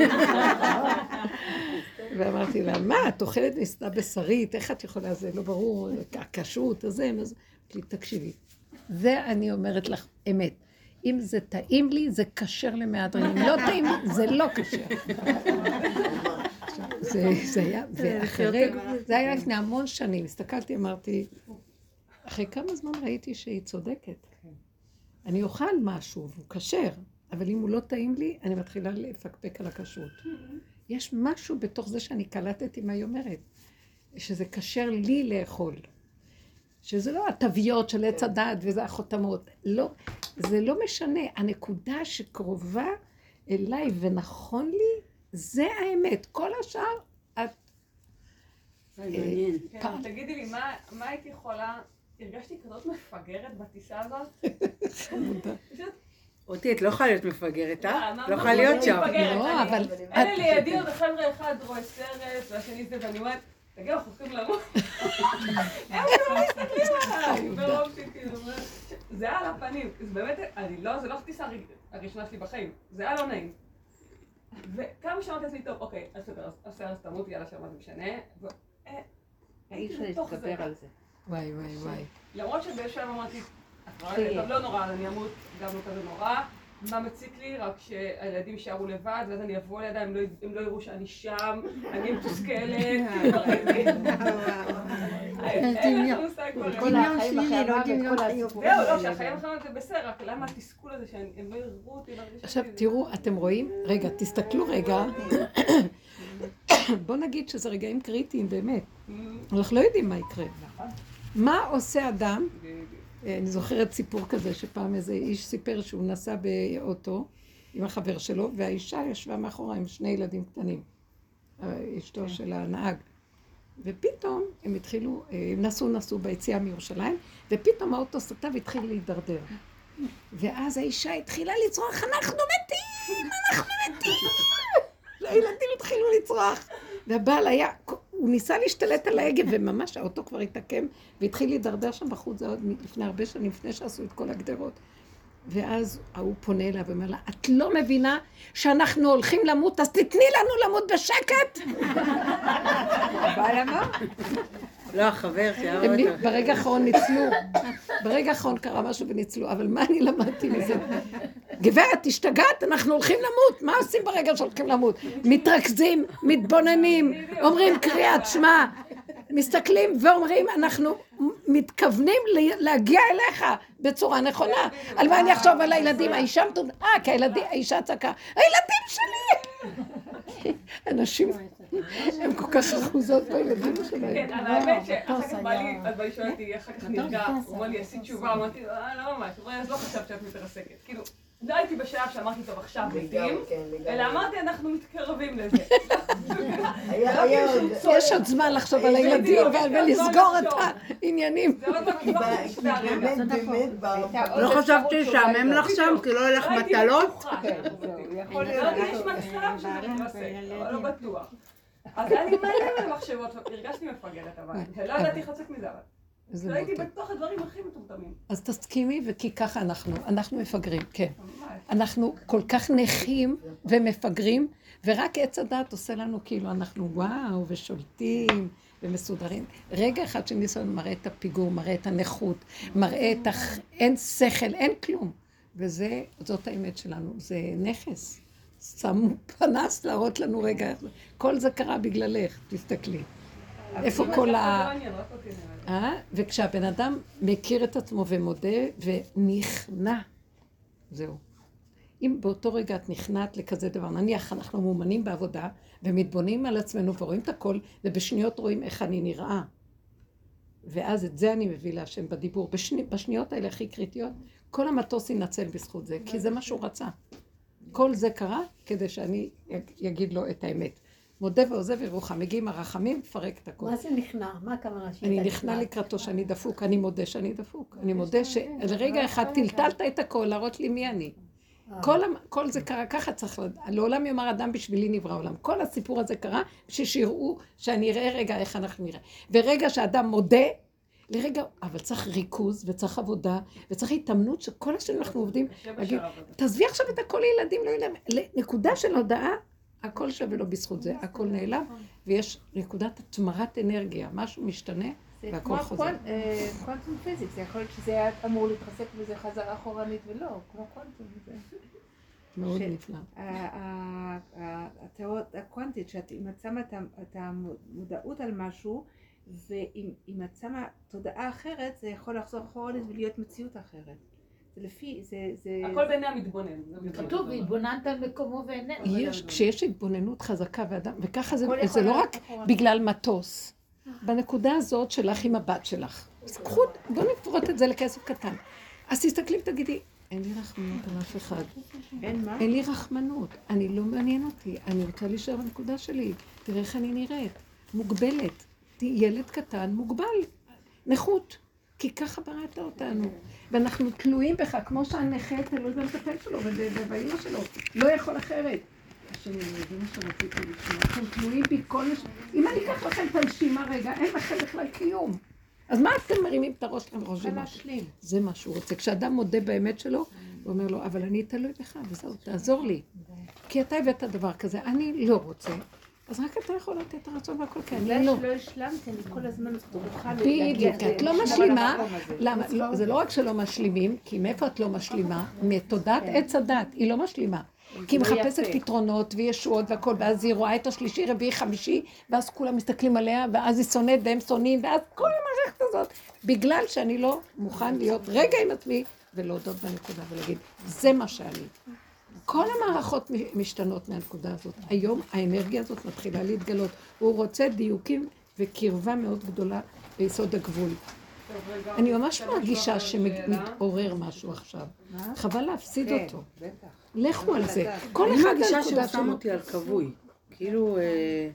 Speaker 3: ואמרתי לה, מה, את אוכלת מסעדה בשרית, איך את יכולה, זה לא ברור, הקשרות, הזה, אמרתי לי, תקשיבי, זה אני אומרת לך, אמת. אם זה טעים לי, זה כשר למהדרין. אם לא טעים לי, זה לא כשר. זה, זה היה, ואחרי, זה היה לפני המון שנים, הסתכלתי, אמרתי, אחרי כמה זמן ראיתי שהיא צודקת. אני אוכל משהו, והוא כשר, אבל אם הוא לא טעים לי, אני מתחילה לפקפק על הכשרות. יש משהו בתוך זה שאני קלטתי מה היא אומרת, שזה כשר לי לאכול. שזה לא התוויות של עץ הדעת וזה החותמות. לא, זה לא משנה. הנקודה שקרובה אליי ונכון לי, זה האמת. כל השאר, את...
Speaker 1: מעניין.
Speaker 6: כן, תגידי לי, מה הייתי יכולה... הרגשתי כזאת מפגרת בטיסה הזאת?
Speaker 3: חמודה.
Speaker 1: אותי, את לא יכולה להיות מפגרת, אה?
Speaker 6: מה-
Speaker 1: לא
Speaker 6: מה-
Speaker 1: יכולה
Speaker 6: מה-
Speaker 1: להיות
Speaker 6: מה-
Speaker 1: שם.
Speaker 6: מפגרת?
Speaker 3: לא,
Speaker 6: אני-
Speaker 3: אבל...
Speaker 6: אלה לידי עוד חבר'ה אחד רואה סרט, והשני זה, ואני אומרת, תגיד, אנחנו הולכים למות. הם כאילו מסתכלים עליי, ברוב שכאילו, זה היה על הפנים. זה באמת, אני לא, זה לא הטיסה הראשונה שלי בחיים, זה היה לא נעים. וכמה שאמרתי לעצמי, טוב, אוקיי, אז ספר, אז סרט תמות, יאללה שם, זה משנה.
Speaker 5: האיש להסתבר על זה.
Speaker 3: וואי, וואי, וואי.
Speaker 6: למרות שבאיזשהו שלב אמרתי, טוב, לא נורא, אני אמות, גם לא כזה נורא. מה מציק לי? רק שהילדים יישארו לבד, ואז אני אבוא לידה, הם לא יראו שאני שם, אני מתוסכלת.
Speaker 5: כל החיים אחרי המוות, כל הסיפורים.
Speaker 6: זהו, לא, שהחיים אחרי המוות זה בסדר, רק למה התסכול הזה שהם לא יראו אותי?
Speaker 3: עכשיו תראו, אתם רואים? רגע, תסתכלו רגע. בוא נגיד שזה רגעים קריטיים, באמת. אנחנו לא יודעים מה יקרה. מה עושה אדם? אני זוכרת סיפור כזה שפעם איזה איש סיפר שהוא נסע באוטו עם החבר שלו, והאישה ישבה מאחורה עם שני ילדים קטנים, אשתו של הנהג. ופתאום הם התחילו, הם נסעו נסעו ביציאה מירושלים, ופתאום האוטו סטה והתחיל להידרדר. ואז האישה התחילה לצרוח, אנחנו מתים, אנחנו מתים. הילדים התחילו לצרוח. והבעל היה, הוא ניסה להשתלט על ההגה, וממש האוטו כבר התעקם, והתחיל להידרדר שם בחוץ, זה עוד לפני הרבה שנים, לפני שעשו את כל הגדרות. ואז הוא פונה אליו ואומר לה, את לא מבינה שאנחנו הולכים למות, אז תתני לנו למות בשקט?
Speaker 2: הבעל אמר?
Speaker 1: לא, החבר שאהב
Speaker 3: הם
Speaker 1: אותך.
Speaker 3: ברגע האחרון ניצלו, ברגע האחרון קרה משהו וניצלו, אבל מה אני למדתי מזה? גברת, תשתגעת, אנחנו הולכים למות, מה עושים ברגע שהולכים למות? מתרכזים, מתבוננים, אומרים קריאת שמע, מסתכלים ואומרים, אנחנו מתכוונים להגיע אליך בצורה נכונה. על מה אני אחשוב על הילדים? האישה מתונה, אה, כי הילדים, האישה צעקה, הילדים שלי! אנשים, הם כל כך אחוזות בילדים שלהם.
Speaker 6: כן, אבל האמת שאחר כך בא לי, אז בא לי שואל אותי, אחר כך נרגע, הוא אומר לי, עשית תשובה, אמרתי לו, אה, לא ממש, הוא אומר, אז לא חשבת שאת מתרסקת. כאילו, לא הייתי בשלב שאמרתי, טוב, עכשיו מתים, אלא אמרתי, אנחנו מתקרבים לזה.
Speaker 3: יש עוד זמן לחשוב על הילדים ולסגור את העניינים.
Speaker 6: זה עוד לא
Speaker 7: באמת, באמת,
Speaker 1: לא חשבת שישעמם לך שם, כי לא יהיה לך מטלות?
Speaker 6: יכול להיות, יש מצב שזה מתרסק, אבל לא בטוח. אז היה לי מלא במחשבות, הרגשתי מפגרת אבל, שלא ידעתי חצק מזה אבל. לא הייתי בתוך הדברים הכי מטומטמים.
Speaker 3: אז תסכימי, וכי ככה אנחנו, אנחנו מפגרים, כן. אנחנו כל כך נחים ומפגרים, ורק עץ הדעת עושה לנו כאילו אנחנו וואו, ושולטים, ומסודרים. רגע אחד שניסיון מראה את הפיגור, מראה את הנכות, מראה את הח... אין שכל, אין כלום. וזה, זאת האמת שלנו, זה נכס. שמו פנס להראות לנו רגע, כל זה קרה בגללך, תסתכלי. איפה כל ה... אה? וכשהבן אדם מכיר את עצמו ומודה ונכנע, זהו. אם באותו רגע את נכנעת לכזה דבר, נניח אנחנו מאומנים בעבודה ומתבונים על עצמנו ורואים את הכל, ובשניות רואים איך אני נראה. ואז את זה אני מביא להשם בדיבור. בשני, בשניות האלה הכי קריטיות, כל המטוס ינצל בזכות זה, כי זה מה שהוא רצה. כל זה קרה כדי שאני אגיד לו את האמת. מודה ועוזב ירוחם, מגיעים הרחמים, פרק את הכל.
Speaker 5: מה זה נכנע? מה הכוונה?
Speaker 3: אני נכנע לקראתו שאני דפוק, אני מודה שאני דפוק. אני מודה שלרגע אחד טלטלת את הכל, להראות לי מי אני. כל זה קרה, ככה צריך לדעת. לעולם יאמר אדם בשבילי נברא עולם. כל הסיפור הזה קרה בשביל שיראו שאני אראה רגע איך אנחנו נראה. ורגע שאדם מודה, לרגע, אבל צריך ריכוז וצריך עבודה וצריך התאמנות שכל השנים אנחנו עובדים. תעזבי עכשיו את הכל לילדים, לא ילדים. לנקודה של הודעה, הכל שווה לו בזכות זה, הכל נעלם, ויש נקודת התמרת אנרגיה, משהו משתנה, והכל חוזר.
Speaker 2: זה כמו קוונטום פיזיקס, זה יכול להיות שזה היה אמור להתרסק וזה חזר אחורנית ולא, כמו קוונטום.
Speaker 3: מאוד
Speaker 2: ש-
Speaker 3: נפלא.
Speaker 2: ה- ה- ה- התיאוריה הקוונטית, שאם את שמה את ה- את המודעות על משהו, ואם אם את שמה תודעה אחרת, זה יכול לחזור אחורנית ולהיות מציאות אחרת. זה לפי, זה... זה...
Speaker 6: הכל בעיני המתבונן.
Speaker 8: כתוב, והתבוננת על מקומו ואיננו.
Speaker 3: יש, כשיש התבוננות חזקה ואדם, וככה זה,
Speaker 2: הכל
Speaker 3: זה
Speaker 2: יכול
Speaker 3: לא רק
Speaker 2: אחורה.
Speaker 3: בגלל מטוס. בנקודה הזאת שלך עם הבת שלך. אז קחו, בוא נפרוט את זה לכסף קטן. אז תסתכלי ותגידי, אין לי רחמנות על אף אחד.
Speaker 2: אין מה?
Speaker 3: אין לי רחמנות, אני לא מעניין אותי, אני רוצה להישאר בנקודה שלי. תראה איך אני נראית, מוגבלת. ילד קטן מוגבל, נכות. כי ככה בראת אותנו. ואנחנו תלויים בך, כמו שהנכה תלוי במטפל שלו ובאמא שלו. לא יכול אחרת. השני, אני מבין שרציתי לשמוע. אתם תלויים בי כל נש... אם אני אקח לכם את הנשימה רגע, אין לכם בכלל קיום. אז מה אתם מרימים את הראש שלכם וחושבים?
Speaker 2: להשלים.
Speaker 3: זה מה שהוא רוצה. כשאדם מודה באמת שלו, הוא אומר לו, אבל אני תלוי בך, וזהו, תעזור לי. כי אתה הבאת דבר כזה, אני לא רוצה. אז רק אתה יכול לתת את הרצון והכל, כי אני
Speaker 2: בגלל
Speaker 3: לא.
Speaker 2: שלא השלמתי, אני כל הזמן תוכל
Speaker 3: בדיוק, את לא משלימה.
Speaker 2: למקום הזה.
Speaker 3: למה? לא, זה לא רק שלא משלימים, כי מאיפה את לא משלימה? מתודעת עץ הדת, היא לא משלימה. כי היא מחפשת פתרונות וישועות והכל, ואז היא רואה את השלישי, רביעי, חמישי, ואז כולם מסתכלים עליה, ואז היא שונאת והם שונאים, ואז כל המערכת הזאת, בגלל שאני לא מוכן להיות רגע עם עצמי, ולהודות בנקודה ולהגיד, זה מה שאני. כל המערכות משתנות מהנקודה הזאת. היום האנרגיה הזאת מתחילה להתגלות. הוא רוצה דיוקים וקרבה מאוד גדולה ביסוד הגבול. אני ממש מרגישה שמתעורר משהו עכשיו. חבל להפסיד אותו. לכו על זה. כל
Speaker 1: אני
Speaker 3: אחד
Speaker 1: מרגישה שהוא
Speaker 3: בנקודה
Speaker 1: שם
Speaker 3: שלו.
Speaker 1: אותי על כבוי. כאילו, אה,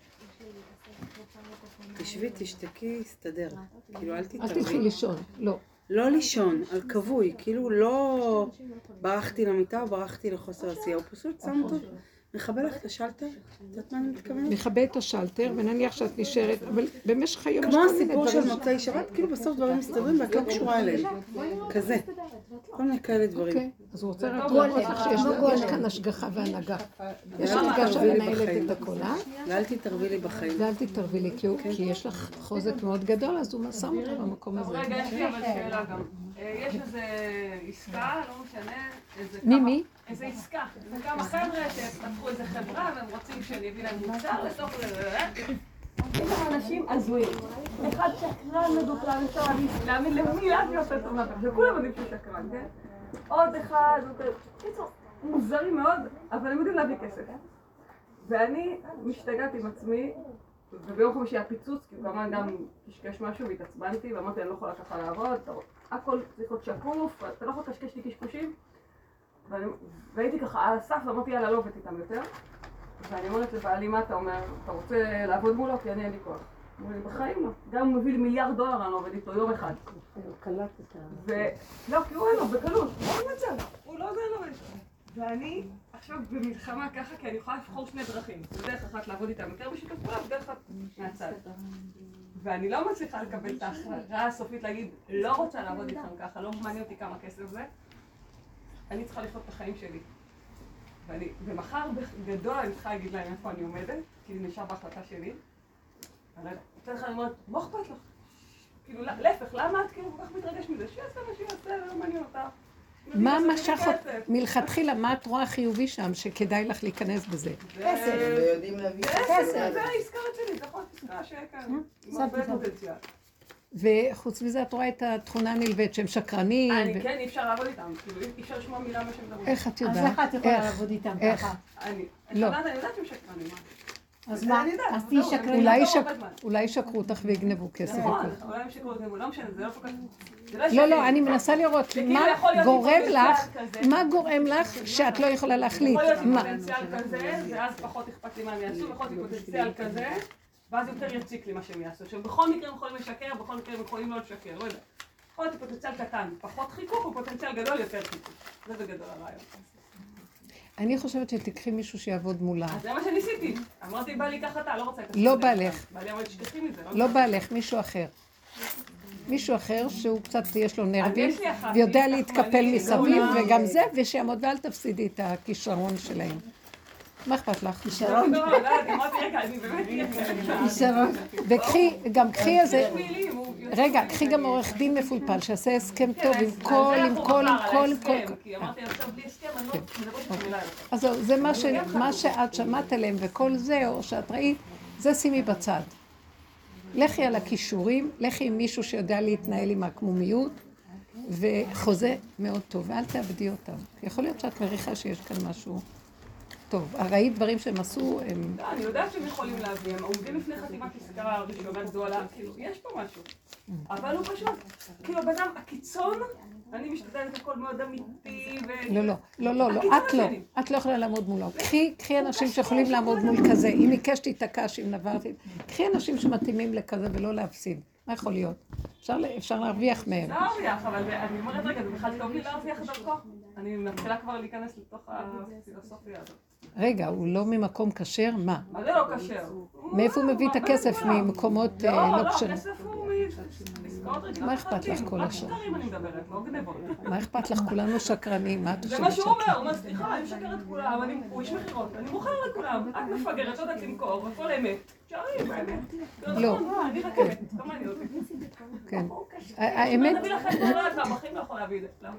Speaker 1: תשבי, תשתקי, הסתדר. כאילו, אל
Speaker 3: אל תלכי
Speaker 1: תתערבי.
Speaker 3: לישון. לא.
Speaker 1: לא לישון, על כבוי. כאילו, לא ברחתי למיטה או ברחתי לחוסר עשייה. הוא פשוט שם אותו, מכבה לך את השלטר. את יודעת מה אני מתכוונת?
Speaker 3: מכבה את השלטר, ונניח שאת נשארת, אבל במשך היום יש
Speaker 1: כמו
Speaker 3: כל מיני
Speaker 1: הסיפור
Speaker 3: דברים.
Speaker 1: של מוצאי שבת, כאילו בסוף דברים מסתדרים ואת לא קשורה אליהם. כזה. כל מיני כאלה דברים.
Speaker 3: אוקיי, אז הוא רוצה רק להראות לך שיש יש כאן השגחה והנהגה. יש הנהגה שמנהלת את הכל, אה?
Speaker 1: ואל תתערבי לי בחיים.
Speaker 3: ואל תתערבי לי, כי הוא- כי יש לך חוזק מאוד גדול, אז הוא שם אותך במקום הזה.
Speaker 6: רגע, יש לי אבל שאלה גם. אה, יש איזה עסקה, לא משנה, איזה
Speaker 3: מי,
Speaker 6: כמה-
Speaker 3: מי?
Speaker 6: איזה עסקה. זה כמה חבר'ה שפתחו איזה חברה והם רוצים שאני אביא להם מוצר לתוך זה. כמה אנשים הזויים. אחד שקרן מדופלן, אפשר להאמין למילה שיוצאת טוב מהפה. וכולם יודעים שהוא שקרן, כן? עוד אחד, עוד אחד. קיצור, מוזרים מאוד, אבל הם יודעים להביא כסף. ואני משתגעת עם עצמי, וביום חמישי היה פיצוץ, כי הוא כמובן גם קשקש משהו והתעצבנתי, ואמרתי, אני לא יכולה ככה לעבוד, הכל צריך להיות שקוף, אתה לא יכול לקשקש לי קשקושים. ואני- והייתי ככה על הסף, ואמרתי, יאללה, לא עובדת איתם יותר. ואני אומרת לבעלי, מה אתה אומר? אתה רוצה לעבוד מולו? כי אני אין לי כוח. אמרו לי, בחיים לא. גם אם הוא מביא לי מיליארד דולר, אני לא עובד איתו יום אחד. ולא, כי הוא אין לו, בקלות. הוא לא מצב. הוא לא זה, לא מצב. ואני עכשיו במלחמה ככה, כי אני יכולה לבחור שני דרכים. זו דרך אחת לעבוד איתם יותר בשיתוף פעולה, ודרך אחת מהצד. ואני לא מצליחה לקבל את ההכרעה הסופית להגיד, לא רוצה לעבוד איתם ככה, לא מעניין אותי כמה כסף זה. אני צריכה לחיות את החיים שלי. ואני, ומחר בגדול אני צריכה להגיד להם איפה אני עומדת, כי זה נשאר בהחלטה שלי. אבל יותר לך אני אומרת, מה אכפת לך? כאילו, להפך, למה את כאילו כל כך מתרגש מזה? שיעשה מה שיעשה, לא מעניין אותה.
Speaker 3: מה משך אותך? מלכתחילה, מה את רואה חיובי שם, שכדאי לך להיכנס בזה?
Speaker 7: הם לא יודעים להביא
Speaker 6: כסף, זה העסקה רצינית, נכון? עסקה שכאן, עם הרבה פוטנציאל.
Speaker 3: וחוץ מזה את רואה את התכונה הנלווית שהם שקרנים.
Speaker 6: אני כן, אי אפשר לעבוד איתם, כאילו אי אפשר לשמוע מילה מה שהם מדברים.
Speaker 3: איך את יודעת?
Speaker 5: אז איך את יכולה לעבוד איתם
Speaker 3: איך?
Speaker 5: ככה?
Speaker 6: אני
Speaker 3: לא.
Speaker 6: יודעת, אני יודעת שהם שקרנים.
Speaker 5: אז מה?
Speaker 6: אני יודעת,
Speaker 5: אז
Speaker 6: זהו,
Speaker 5: תהיי
Speaker 6: אני
Speaker 5: שקרנית.
Speaker 3: אולי
Speaker 6: לא
Speaker 3: ישק-
Speaker 6: הרבה זמן.
Speaker 3: אולי ישקרו אותך ויגנבו כסף
Speaker 6: נכון,
Speaker 3: וכל.
Speaker 6: אולי הם שקרו אותם, לא משנה, זה לא כל כך... זה
Speaker 3: לא,
Speaker 6: שלי.
Speaker 3: לא, אני מנסה לראות
Speaker 6: וכאילו
Speaker 3: מה
Speaker 6: יכול להיות
Speaker 3: גורם
Speaker 6: עם
Speaker 3: לך,
Speaker 6: פוטנציאל כזה.
Speaker 3: מה גורם לך שאת לא יכולה להחליט.
Speaker 6: יכול להיות עם
Speaker 3: מה?
Speaker 6: פוטנציאל כזה, ואז פחות אכפת לי מה הם יעשו, יכול להיות עם פוטנציאל כזה, ואז יותר יציק לי מה שהם יעשו. עכשיו, בכל מקרה הם יכולים לשקר, בכל מקרה הם יכולים לא לשקר, לא יודע. יכול להיות עם פוטנציאל קטן, פחות חיכוך, או פוטנציאל גדול, יותר חיכוך. זה בגדול הרעיון.
Speaker 3: אני חושבת שתקחי מישהו שיעבוד מולה.
Speaker 6: אז זה מה שניסיתי. אמרתי, בא לי ככה אתה, לא רוצה את זה.
Speaker 3: לא בא לך.
Speaker 6: בא לי אמר, תשכחי מזה.
Speaker 3: לא בא לך, מישהו אחר. מישהו אחר שהוא קצת יש לו נרבים,
Speaker 6: יש לי אחת,
Speaker 3: ויודע
Speaker 6: היא
Speaker 3: להתקפל
Speaker 6: תחמנית,
Speaker 3: מסביב,
Speaker 6: לא,
Speaker 3: וגם זה, ושיעמוד ואל תפסידי את הכישרון שלהם. מה אכפת לך?
Speaker 5: כישרון.
Speaker 6: לא, לא, אמרתי, רגע, אני באמת אהיה כאלה.
Speaker 5: כישרון.
Speaker 3: וקחי, גם קחי איזה...
Speaker 6: מילים, הוא
Speaker 3: רגע, קחי גם עורך דין מפולפל, שיעשה הסכם טוב עם כל, עם כל, עם כל, עם כל.
Speaker 6: כי אמרתי עכשיו בלי הסכם, אני לא מדברת את המילה.
Speaker 3: אז זהו, זה מה שאת שמעת עליהם וכל זה, או שאת ראית, זה שימי בצד. לכי על הכישורים, לכי עם מישהו שיודע להתנהל עם הקמומיות, וחוזה מאוד טוב, ואל תאבדי אותם. יכול להיות שאת מריחה שיש כאן משהו טוב. הראית דברים שהם עשו, הם...
Speaker 6: אני יודעת שהם יכולים להביא, הם עומדים לפני חתימת עסקה ראשונה גדולה, כאילו, יש פה משהו. אבל הוא פשוט, כאילו, בן אדם, הקיצון, אני משתדלת הכל מאוד אמיתי ו...
Speaker 3: לא, לא, לא, לא, לא, את לא, את לא יכולה לעמוד מולו. קחי, קחי אנשים שיכולים לעמוד מול כזה, אם עיקשתי את הקש, אם נברתי, קחי אנשים שמתאימים לכזה ולא להפסיד. מה יכול להיות? אפשר להרוויח מהם.
Speaker 6: להרוויח, אבל אני אומרת רגע, זה בכלל טוב לי להרוויח את דרכו. אני מתחילה כבר להיכנס לתוך הפילוסופיה הזאת.
Speaker 3: רגע, הוא לא ממקום כשר? מה?
Speaker 6: מה זה לא כשר?
Speaker 3: מאיפה הוא מביא את הכסף? ממקומות לא כשרים?
Speaker 6: לא, לא, הכסף הוא מעסקאות רגילות.
Speaker 3: מה אכפת לך כל השאר?
Speaker 6: רק שקרים אני מדברת, לא גנבות.
Speaker 3: מה אכפת לך? כולנו שקרנים, מה את
Speaker 6: זה
Speaker 3: חושבת
Speaker 6: מה שהוא
Speaker 3: שאת?
Speaker 6: אומר, הוא אומר, סליחה, אני משקרת כולם, הוא איש מחירות, אני מוכר לכולם, את מפגרת, לא יודעת למכור, הכל אמת. שערים, האמת.
Speaker 3: לא.
Speaker 6: אני רק אמת, לא מעניין אותי.
Speaker 3: כן. האמת...
Speaker 6: אני אביא לכם, לא יודעת, והמחים לא יכול להביא את זה.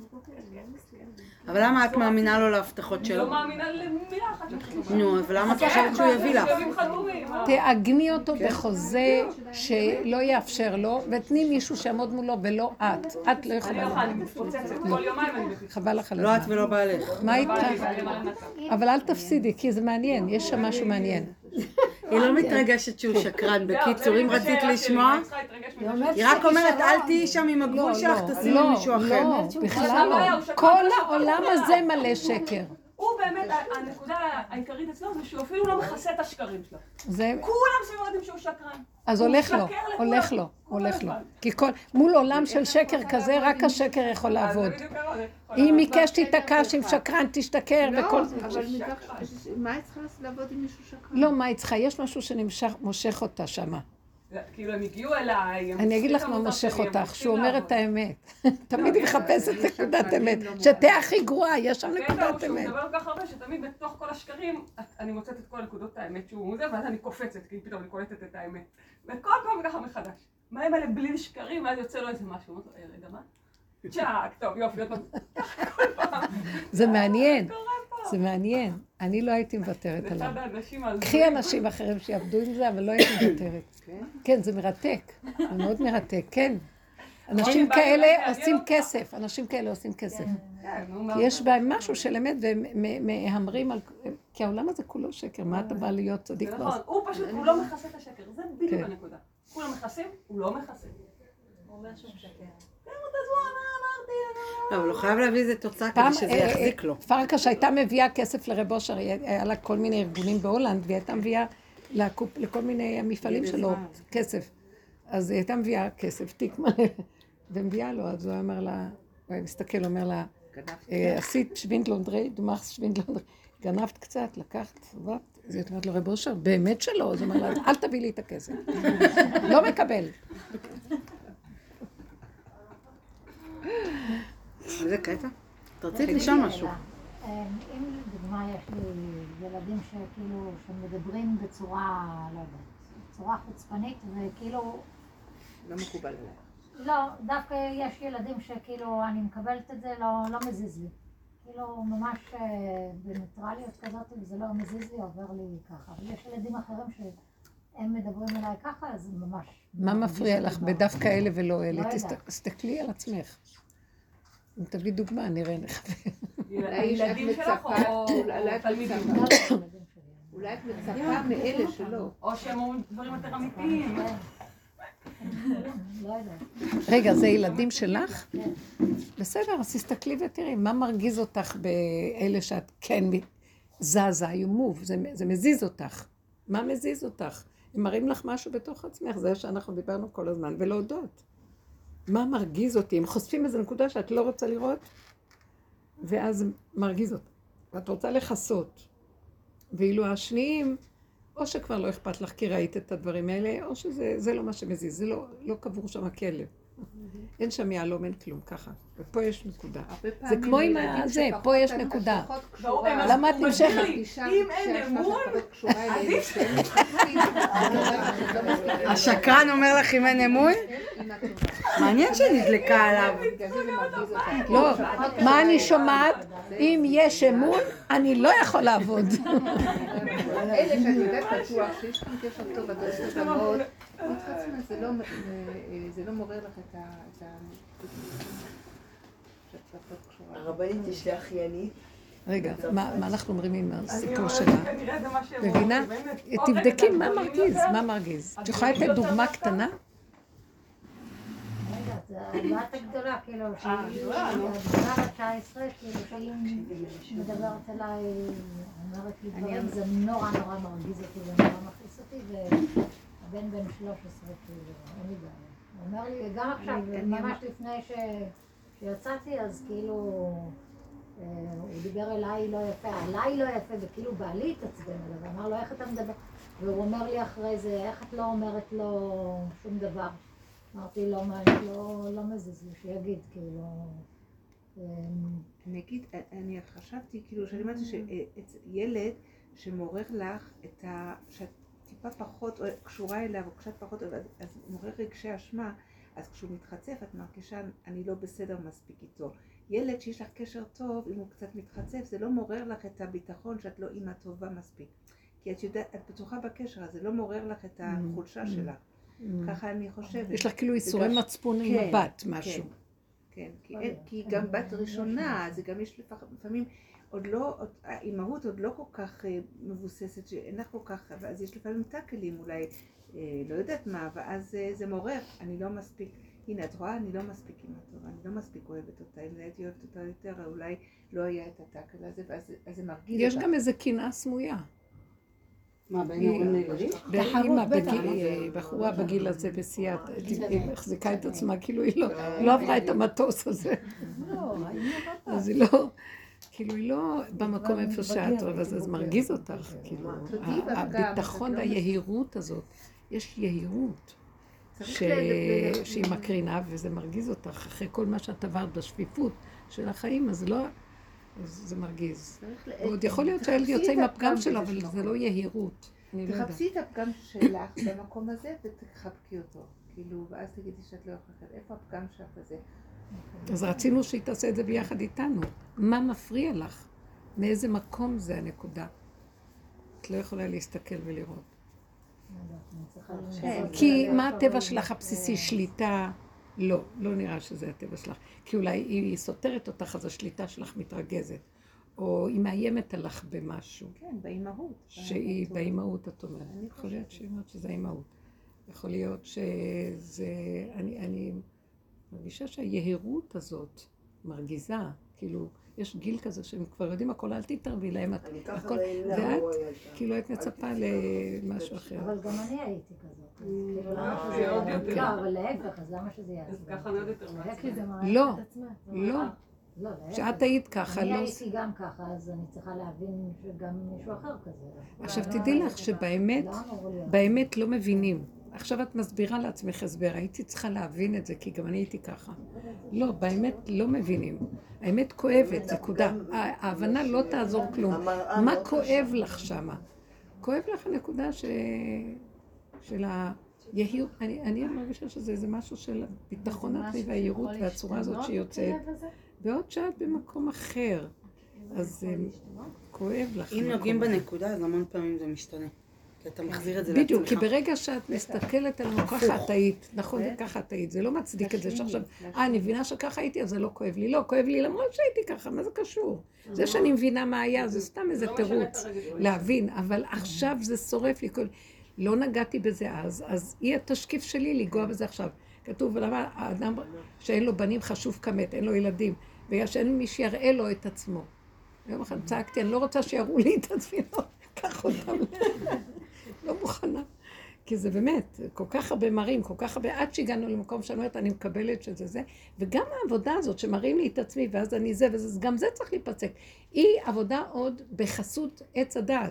Speaker 1: אבל למה את מאמינה לו להבטחות
Speaker 6: אני
Speaker 1: שלו?
Speaker 6: לא מאמינה למילה אחת שלכם.
Speaker 1: נו, אבל למה את חושבת שהוא יביא לך?
Speaker 3: תעגני אותו בחוזה שלא יאפשר לו, ותני מישהו שיעמוד מולו ולא את. את לא
Speaker 6: אני לא
Speaker 3: יכולה.
Speaker 6: יכולה, אני מתפוצצת, כל יומיים אני מתפוצצת.
Speaker 3: חבל לך על
Speaker 1: לא את
Speaker 3: הזמן.
Speaker 1: ולא בעלך.
Speaker 3: מה איתך? אבל אל תפסידי, כי זה מעניין, יש שם משהו מעניין.
Speaker 1: היא לא מתרגשת שהוא שקרן. בקיצור, אם רצית לשמוע, היא רק אומרת, אל תהיי שם עם הגבול שלך, תשימי מישהו אחר.
Speaker 3: לא, בכלל לא. כל העולם הזה מלא שקר.
Speaker 6: הוא באמת, הנקודה העיקרית אצלו זה שהוא אפילו לא מכסה את השקרים שלו.
Speaker 3: זה...
Speaker 6: כולם סביבו יודעים שהוא שקרן.
Speaker 3: אז הולך לו, הולך לו, הולך לו. כי כל, מול עולם של שקר כזה, רק השקר יכול לעבוד. אם עיקש תתעקע שאם שקרן תשתכר וכל זה.
Speaker 2: אבל מה היא צריכה לעבוד עם מישהו שקרן?
Speaker 3: לא, מה היא צריכה? יש משהו שמושך אותה שמה.
Speaker 6: כאילו הם הגיעו אליי.
Speaker 3: אני אגיד לך מה מושך אותך, שהוא אומר את האמת. תמיד היא מחפשת נקודת אמת. שתהיה הכי גרועה, יש שם נקודת אמת.
Speaker 6: הוא מדבר כך הרבה שתמיד בתוך כל השקרים, אני מוצאת את כל נקודות האמת שהוא מוזה, ואז אני קופצת, כי פתאום אני קולטת את האמת. וכל פעם ככה מחדש. מה הם אלה בלי שקרים, ואז יוצא לו איזה משהו. אומרת לו, רגע, מה? צ'אק, טוב, יופי, עוד פעם. כל פעם.
Speaker 3: זה מעניין. זה מעניין. אני לא הייתי מוותרת עליו. קחי אנשים אחרים שיעבדו עם זה, אבל לא הייתי מוותרת. כן, זה מרתק. זה מאוד מרתק, כן. אנשים כאלה עושים כסף. אנשים כאלה עושים כסף. כי יש בהם משהו של אמת, והם מהמרים על... כי העולם הזה כולו שקר. מה אתה בא להיות צדיק?
Speaker 6: זה נכון. הוא פשוט, הוא לא מכסה את השקר. זה בדיוק הנקודה. כולם מכסים, הוא לא מכסה. הוא אומר שהוא משקר.
Speaker 1: לא, אבל הוא חייב להביא איזה תוצאה כדי שזה יחזיק לו.
Speaker 3: פרקש הייתה מביאה כסף לרב אושר, היה לה כל מיני ארגונים בהולנד, והיא הייתה מביאה לכל מיני המפעלים שלו כסף. אז היא הייתה מביאה כסף, תיק מלא, ומביאה לו, אז הוא אמר לה, הוא מסתכל, אומר לה, עשית שווינדלונדרי, דומח שווינדלונדרי, גנבת קצת, לקחת, אז היא אומרת לו, רב אושר, באמת שלא, אז הוא אומר לה, אל תביא לי את הכסף. לא מקבל.
Speaker 1: איזה קטע? תרצית לשאול משהו.
Speaker 8: אם לדוגמה יש לי ילדים שכאילו, שמדברים בצורה, לא יודעת, בצורה חוצפנית וכאילו...
Speaker 2: לא מקובל עליי.
Speaker 8: לא, דווקא יש ילדים שכאילו אני מקבלת את זה, לא, לא מזיז לי. כאילו ממש בניטרליות כזאת, וזה לא מזיז לי, עובר לי ככה. ויש ילדים אחרים שהם מדברים אליי ככה, אז ממש...
Speaker 3: מה מפריע לך בדווקא אלה ולא אלה? תסתכלי על עצמך. אם תביא דוגמה, נראה לך.
Speaker 6: הילדים שלך או תלמידים?
Speaker 2: אולי את מצפה מאלה שלא.
Speaker 6: או שהם אומרים דברים יותר אמיתיים.
Speaker 8: לא יודעת.
Speaker 3: רגע, זה ילדים שלך? בסדר, אז תסתכלי ותראי, מה מרגיז אותך באלה שאת כן זזה, you move, זה מזיז אותך. מה מזיז אותך? הם מראים לך משהו בתוך עצמך, זה שאנחנו דיברנו כל הזמן, ולהודות. מה מרגיז אותי? הם חושפים איזו נקודה שאת לא רוצה לראות, ואז מרגיז אותי. ואת רוצה לחסות. ואילו השניים, או שכבר לא אכפת לך כי ראית את הדברים האלה, או שזה זה לא מה שמזיז, זה לא, לא קבור שם הכלב. אין שם יהלום, אין כלום, ככה. ופה יש נקודה.
Speaker 2: הרבה
Speaker 3: זה
Speaker 2: פעמים
Speaker 3: כמו עם
Speaker 2: ילדים
Speaker 3: זה,
Speaker 2: שפחות
Speaker 3: פה יש
Speaker 2: השלכות
Speaker 3: נקודה.
Speaker 2: קשורה
Speaker 6: הם
Speaker 3: למה את
Speaker 6: הוא
Speaker 3: נמשכת?
Speaker 6: מסביר לי,
Speaker 2: אישה
Speaker 6: אם אין
Speaker 2: שההשלכה
Speaker 6: אמון,
Speaker 2: שפחות קשורה אליהם,
Speaker 6: עדיף.
Speaker 2: שהם מתחזקים,
Speaker 1: השקרן אומר לך אם אין אמון?
Speaker 2: אמא טובה.
Speaker 1: מעניין שנדלקה עליו.
Speaker 2: בגלל זה זה מרגיז אותה.
Speaker 3: לא, מה אני שומעת? אם יש אמון, אני לא יכול לעבוד.
Speaker 2: אלה שאת יודעת בטוח שיש לכם קשר טוב, את עושה אותם מאוד, מתחצנה, זה לא- זה לא מעורר לך את ה... את ה- שאת פחות קשורה.
Speaker 7: הרבנית יש לי אחיינית.
Speaker 3: רגע, מה מה אנחנו אומרים עם
Speaker 6: אני
Speaker 3: הסיפור
Speaker 6: אומרת,
Speaker 3: שלה?
Speaker 6: כנראה זה מה שהם
Speaker 3: מבינה?
Speaker 6: אומרים, באמת. עוד
Speaker 3: תבדקי
Speaker 6: רגע,
Speaker 3: מה
Speaker 6: גדולים
Speaker 3: מרגיז,
Speaker 6: יותר.
Speaker 3: מה מרגיז. את
Speaker 6: אז
Speaker 3: יכולה
Speaker 6: גדולים
Speaker 3: לתת
Speaker 6: יותר
Speaker 3: דוגמה
Speaker 6: דווקא?
Speaker 3: קטנה?
Speaker 8: רגע, זה הבת הגדולה, כאילו, שהיא
Speaker 6: הגדולה, נו.
Speaker 8: הגדולה בת תשע עשרה, כאילו, שהיא מדברת אליי, אומרת לי דברים, זה נורא נורא מרגיז אותי ונורא מכעיס אותי, והבן בן שלוש עשרה, כאילו, אין לי בעיה. הוא אומר לי, גם עכשיו, ממש לפני ש- שיצאתי, אז כאילו, אה, הוא דיבר אליי לא יפה, עליי לא יפה, וכאילו בעלי התעצבן עליו, ואמר לו, איך אתה מדבר? והוא אומר לי אחרי זה, איך את לא אומרת לו שום דבר? אמרתי לו, מה, לא, לא מזיז לי, שיגיד, כאילו...
Speaker 2: אני אגיד, אני חשבתי, כאילו, שאני אומרת שילד שמעורר לך את ה... שאת טיפה פחות קשורה אליו, או קצת פחות, אז מעורר רגשי אשמה, אז כשהוא מתחצף, את מרגישה, אני לא בסדר מספיק איתו. ילד שיש לך קשר טוב, אם הוא קצת מתחצף, זה לא מעורר לך את הביטחון שאת לא אימא טובה מספיק. כי את יודעת, את בטוחה בקשר, אז זה לא מעורר לך את החולשה שלך. ככה אני חושבת.
Speaker 3: יש לך כאילו איסורי
Speaker 2: וגם-
Speaker 3: מצפון עם
Speaker 2: כן,
Speaker 3: מבט, משהו.
Speaker 2: כן, כן, כי, אין, כי גם בת ראשונה, זה גם יש לפח- לפעמים, עוד לא, עוד- האימהות עוד לא כל כך אה, מבוססת, שאין לך כל כך, אז יש לפעמים טאקלים אולי, אה, לא יודעת מה, ואז אה, זה מעורר, אני לא מספיק, הנה את רואה, אני לא מספיק אימא טובה, אני לא מספיק אוהבת אותה, אם הייתי אוהבת אותה יותר, אולי לא היה את הטאקל הזה, ואז אז זה מרגיז
Speaker 3: יש
Speaker 2: אותה.
Speaker 3: גם איזה קנאה סמויה.
Speaker 1: מה, בין הורים לילדים?
Speaker 3: באמא, בחורה בגיל הזה בשיאה, היא מחזיקה את עצמה, כאילו היא לא לא עברה את המטוס הזה. אז היא לא, כאילו היא לא במקום איפה שאת, אבל זה מרגיז אותך, כאילו, הביטחון והיהירות הזאת, יש יהירות שהיא מקרינה וזה מרגיז אותך, אחרי כל מה שאת עברת בשפיפות של החיים, אז לא, זה מרגיז. עוד יכול להיות שהילד יוצא עם הפגם שלו, אבל זה לא יהירות.
Speaker 2: תחפשי את הפגם שלך במקום הזה ותחבקי אותו, כאילו, ואז תגידי שאת לא יכולה, איפה הפגם שלך הזה?
Speaker 3: אז רצינו שהיא תעשה את זה ביחד איתנו. מה מפריע לך? מאיזה מקום זה הנקודה? את לא יכולה להסתכל ולראות. כי מה הטבע שלך הבסיסי? שליטה? לא, לא נראה שזה הטבע שלך. כי אולי היא סותרת אותך, אז השליטה שלך מתרגזת. או היא מאיימת עליך במשהו.
Speaker 2: כן, באימהות.
Speaker 3: שהיא באימהות, את אומרת. יכול להיות שהיא אומרת שזה האימהות. יכול להיות שזה... אני, אני מרגישה שהיהירות הזאת מרגיזה. כאילו, יש גיל כזה שהם כבר יודעים הכל, אל תתערבי להם.
Speaker 7: אני ככה
Speaker 3: הכל,
Speaker 7: בעילה,
Speaker 3: ואת,
Speaker 7: הוא היה שם.
Speaker 3: כאילו, את מצפה למשהו אחר.
Speaker 8: אבל גם אני הייתי כזאת. כאילו, למה
Speaker 6: זה
Speaker 8: שזה
Speaker 6: עוד
Speaker 8: יעצבן?
Speaker 6: יותר.
Speaker 8: לא, אבל להפך, אז למה שזה
Speaker 6: אז
Speaker 8: יעצבן?
Speaker 6: ככה מאוד יותר מעצבן.
Speaker 8: זה מראה
Speaker 3: לא,
Speaker 8: את עצמה. זה
Speaker 3: לא.
Speaker 8: מראה. לא, להפך.
Speaker 3: כשאת היית ככה,
Speaker 8: אני
Speaker 3: לא...
Speaker 8: הייתי גם ככה, אז אני צריכה להבין שגם מישהו אחר כזה.
Speaker 3: עכשיו
Speaker 8: לא,
Speaker 3: תדעי
Speaker 8: לא,
Speaker 3: לך שבאמת,
Speaker 8: לא אמור להיות.
Speaker 3: באמת לא מבינים. עכשיו את מסבירה לעצמך הסבר, הייתי צריכה להבין את זה, כי גם אני הייתי ככה. לא, באמת לא מבינים. האמת כואבת, נקודה. ההבנה לא תעזור כלום.
Speaker 7: המראה
Speaker 3: מה
Speaker 7: מאוד
Speaker 3: כואב
Speaker 7: קשה.
Speaker 3: לך שמה? כואב לך הנקודה ש... של היהיר... אני, אני מרגישה שזה איזה משהו של ביטחון עצמי והיהירות והצורה הזאת שיוצאת. ועוד שאת במקום אחר. אז כואב לך.
Speaker 1: אם נוגעים
Speaker 3: במקום אחר.
Speaker 1: בנקודה, אז המון פעמים זה משתנה. כי אתה מחזיר את זה לעצמך.
Speaker 3: בדיוק, כי ברגע שאת מסתכלת עלינו, ככה את היית, נכון, וככה את היית, זה לא מצדיק את זה שעכשיו, אה, אני מבינה שככה הייתי, אז זה לא כואב לי, לא, כואב לי למרות שהייתי ככה, מה זה קשור? זה שאני מבינה מה היה, זה סתם איזה תירוץ להבין, אבל עכשיו זה שורף לי, לא נגעתי בזה אז, אז היא התשקיף שלי לגוע בזה עכשיו. כתוב, למה האדם שאין לו בנים חשוב כמת, אין לו ילדים, בגלל שאין מי שיראה לו את עצמו. יום אחד צעקתי, אני לא רוצה שיראו לי את עצמי, לא, קח אותם. לא מוכנה. כי זה באמת, כל כך הרבה מראים, כל כך הרבה, עד שהגענו למקום שאני אומרת, אני מקבלת שזה זה, וגם העבודה הזאת שמראים לי את עצמי, ואז אני זה וזה, גם זה צריך להיפסק. היא עבודה עוד בחסות עץ הדעת.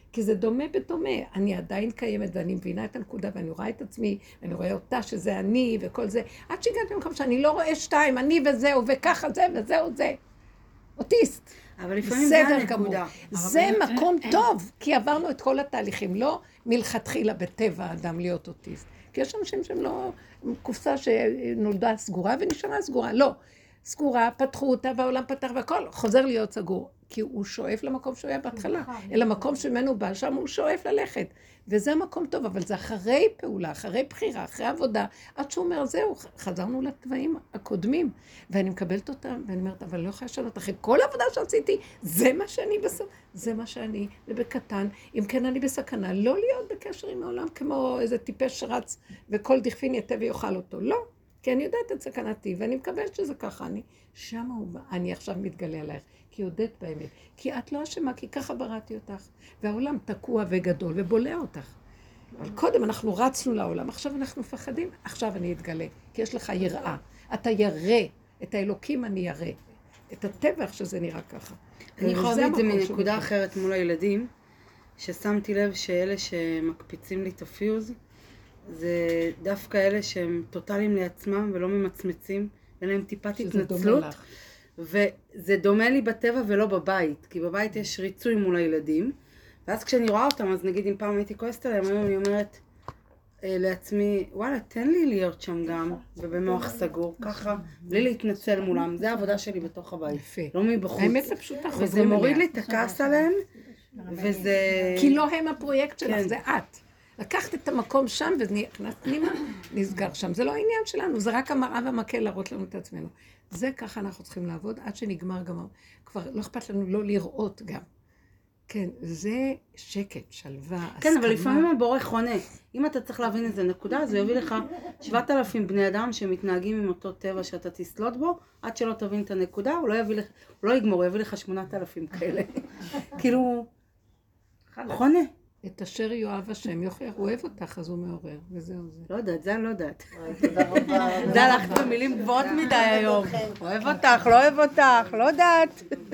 Speaker 3: כי זה דומה בדומה. אני עדיין קיימת ואני מבינה את הנקודה ואני רואה את עצמי, ואני רואה אותה שזה אני וכל זה. עד שהגעתי למקום שאני לא רואה שתיים, אני וזהו, וככה זה וזהו זה. אוטיסט.
Speaker 1: אבל לפעמים זה הנקודה.
Speaker 3: זה מקום טוב, כי עברנו את כל התהליכים, לא מלכתחילה בטבע האדם להיות אוטיסט. כי יש אנשים שהם לא קופסה שנולדה סגורה ונשארה סגורה, לא. סגורה, פתחו אותה והעולם פתח והכל, חוזר להיות סגור. כי הוא שואף למקום שהוא היה בהתחלה, אל המקום שממנו בא, שם הוא שואף ללכת. וזה המקום טוב, אבל זה אחרי פעולה, אחרי בחירה, אחרי עבודה, עד שהוא אומר, זהו, חזרנו לטבעים הקודמים, ואני מקבלת אותם, ואני אומרת, אבל לא יכולה לשנות, אחרי כל העבודה שעשיתי, זה מה שאני בסוף, זה מה שאני, ובקטן, אם כן אני בסכנה, לא להיות בקשר עם העולם, כמו איזה טיפש שרץ, וכל דכפין יתה ויאכל אותו, לא. כי אני יודעת את סכנתי, ואני מקבלת שזה ככה, אני שם הוא בא, אני עכשיו מתגלה עלייך, כי יודעת באמת, כי את לא אשמה, כי ככה בראתי אותך, והעולם תקוע וגדול ובולע אותך. אבל קודם אנחנו רצנו לעולם, עכשיו אנחנו מפחדים, עכשיו אני אתגלה, כי יש לך יראה, אתה ירא, את האלוקים אני ירא, את הטבח שזה נראה ככה.
Speaker 1: אני יכולה להביא את זה מנקודה אחרת מול הילדים, ששמתי לב שאלה שמקפיצים לי את הפיוז, זה דווקא אלה שהם טוטליים לעצמם ולא ממצמצים, ואין להם טיפת התנצלות. וזה דומה לי בטבע ולא בבית, כי בבית יש ריצוי מול הילדים, ואז כשאני רואה אותם, אז נגיד אם פעם הייתי כועסת עליהם, היום אני אומרת אה, לעצמי, וואלה, תן לי להיות שם גם, ובמוח סגור, ככה, בלי להתנצל מולם, זה העבודה שלי בתוך הבית, לא מבחוץ.
Speaker 3: האמת הפשוטה חוזרים
Speaker 1: וזה מוריד לי את הכעס עליהם, וזה...
Speaker 3: כי לא הם הפרויקט שלך, זה את. לקחת את המקום שם ונכנס פנימה, נסגר שם. זה לא העניין שלנו, זה רק המראה והמקל להראות לנו את עצמנו. זה ככה אנחנו צריכים לעבוד, עד שנגמר גם, כבר לא אכפת לנו לא לראות גם. כן, זה שקט, שלווה, הסכמה.
Speaker 1: כן, אבל לפעמים הבורא חונה. אם אתה צריך להבין איזה נקודה, אז הוא יביא לך שבעת אלפים בני אדם שמתנהגים עם אותו טבע שאתה תסלוט בו, עד שלא תבין את הנקודה, הוא לא יביא לך, הוא לא יגמור, הוא יביא לך שמונת אלפים כאלה. כאילו, חונה.
Speaker 3: את אשר יואב השם יוכיח, הוא אוהב אותך, אז הוא מעורר, וזהו זה.
Speaker 1: לא יודעת, זה אני לא יודעת.
Speaker 7: תודה רבה.
Speaker 1: זה הלכת במילים גבוהות מדי היום. אוהב אותך, לא אוהב אותך, לא יודעת.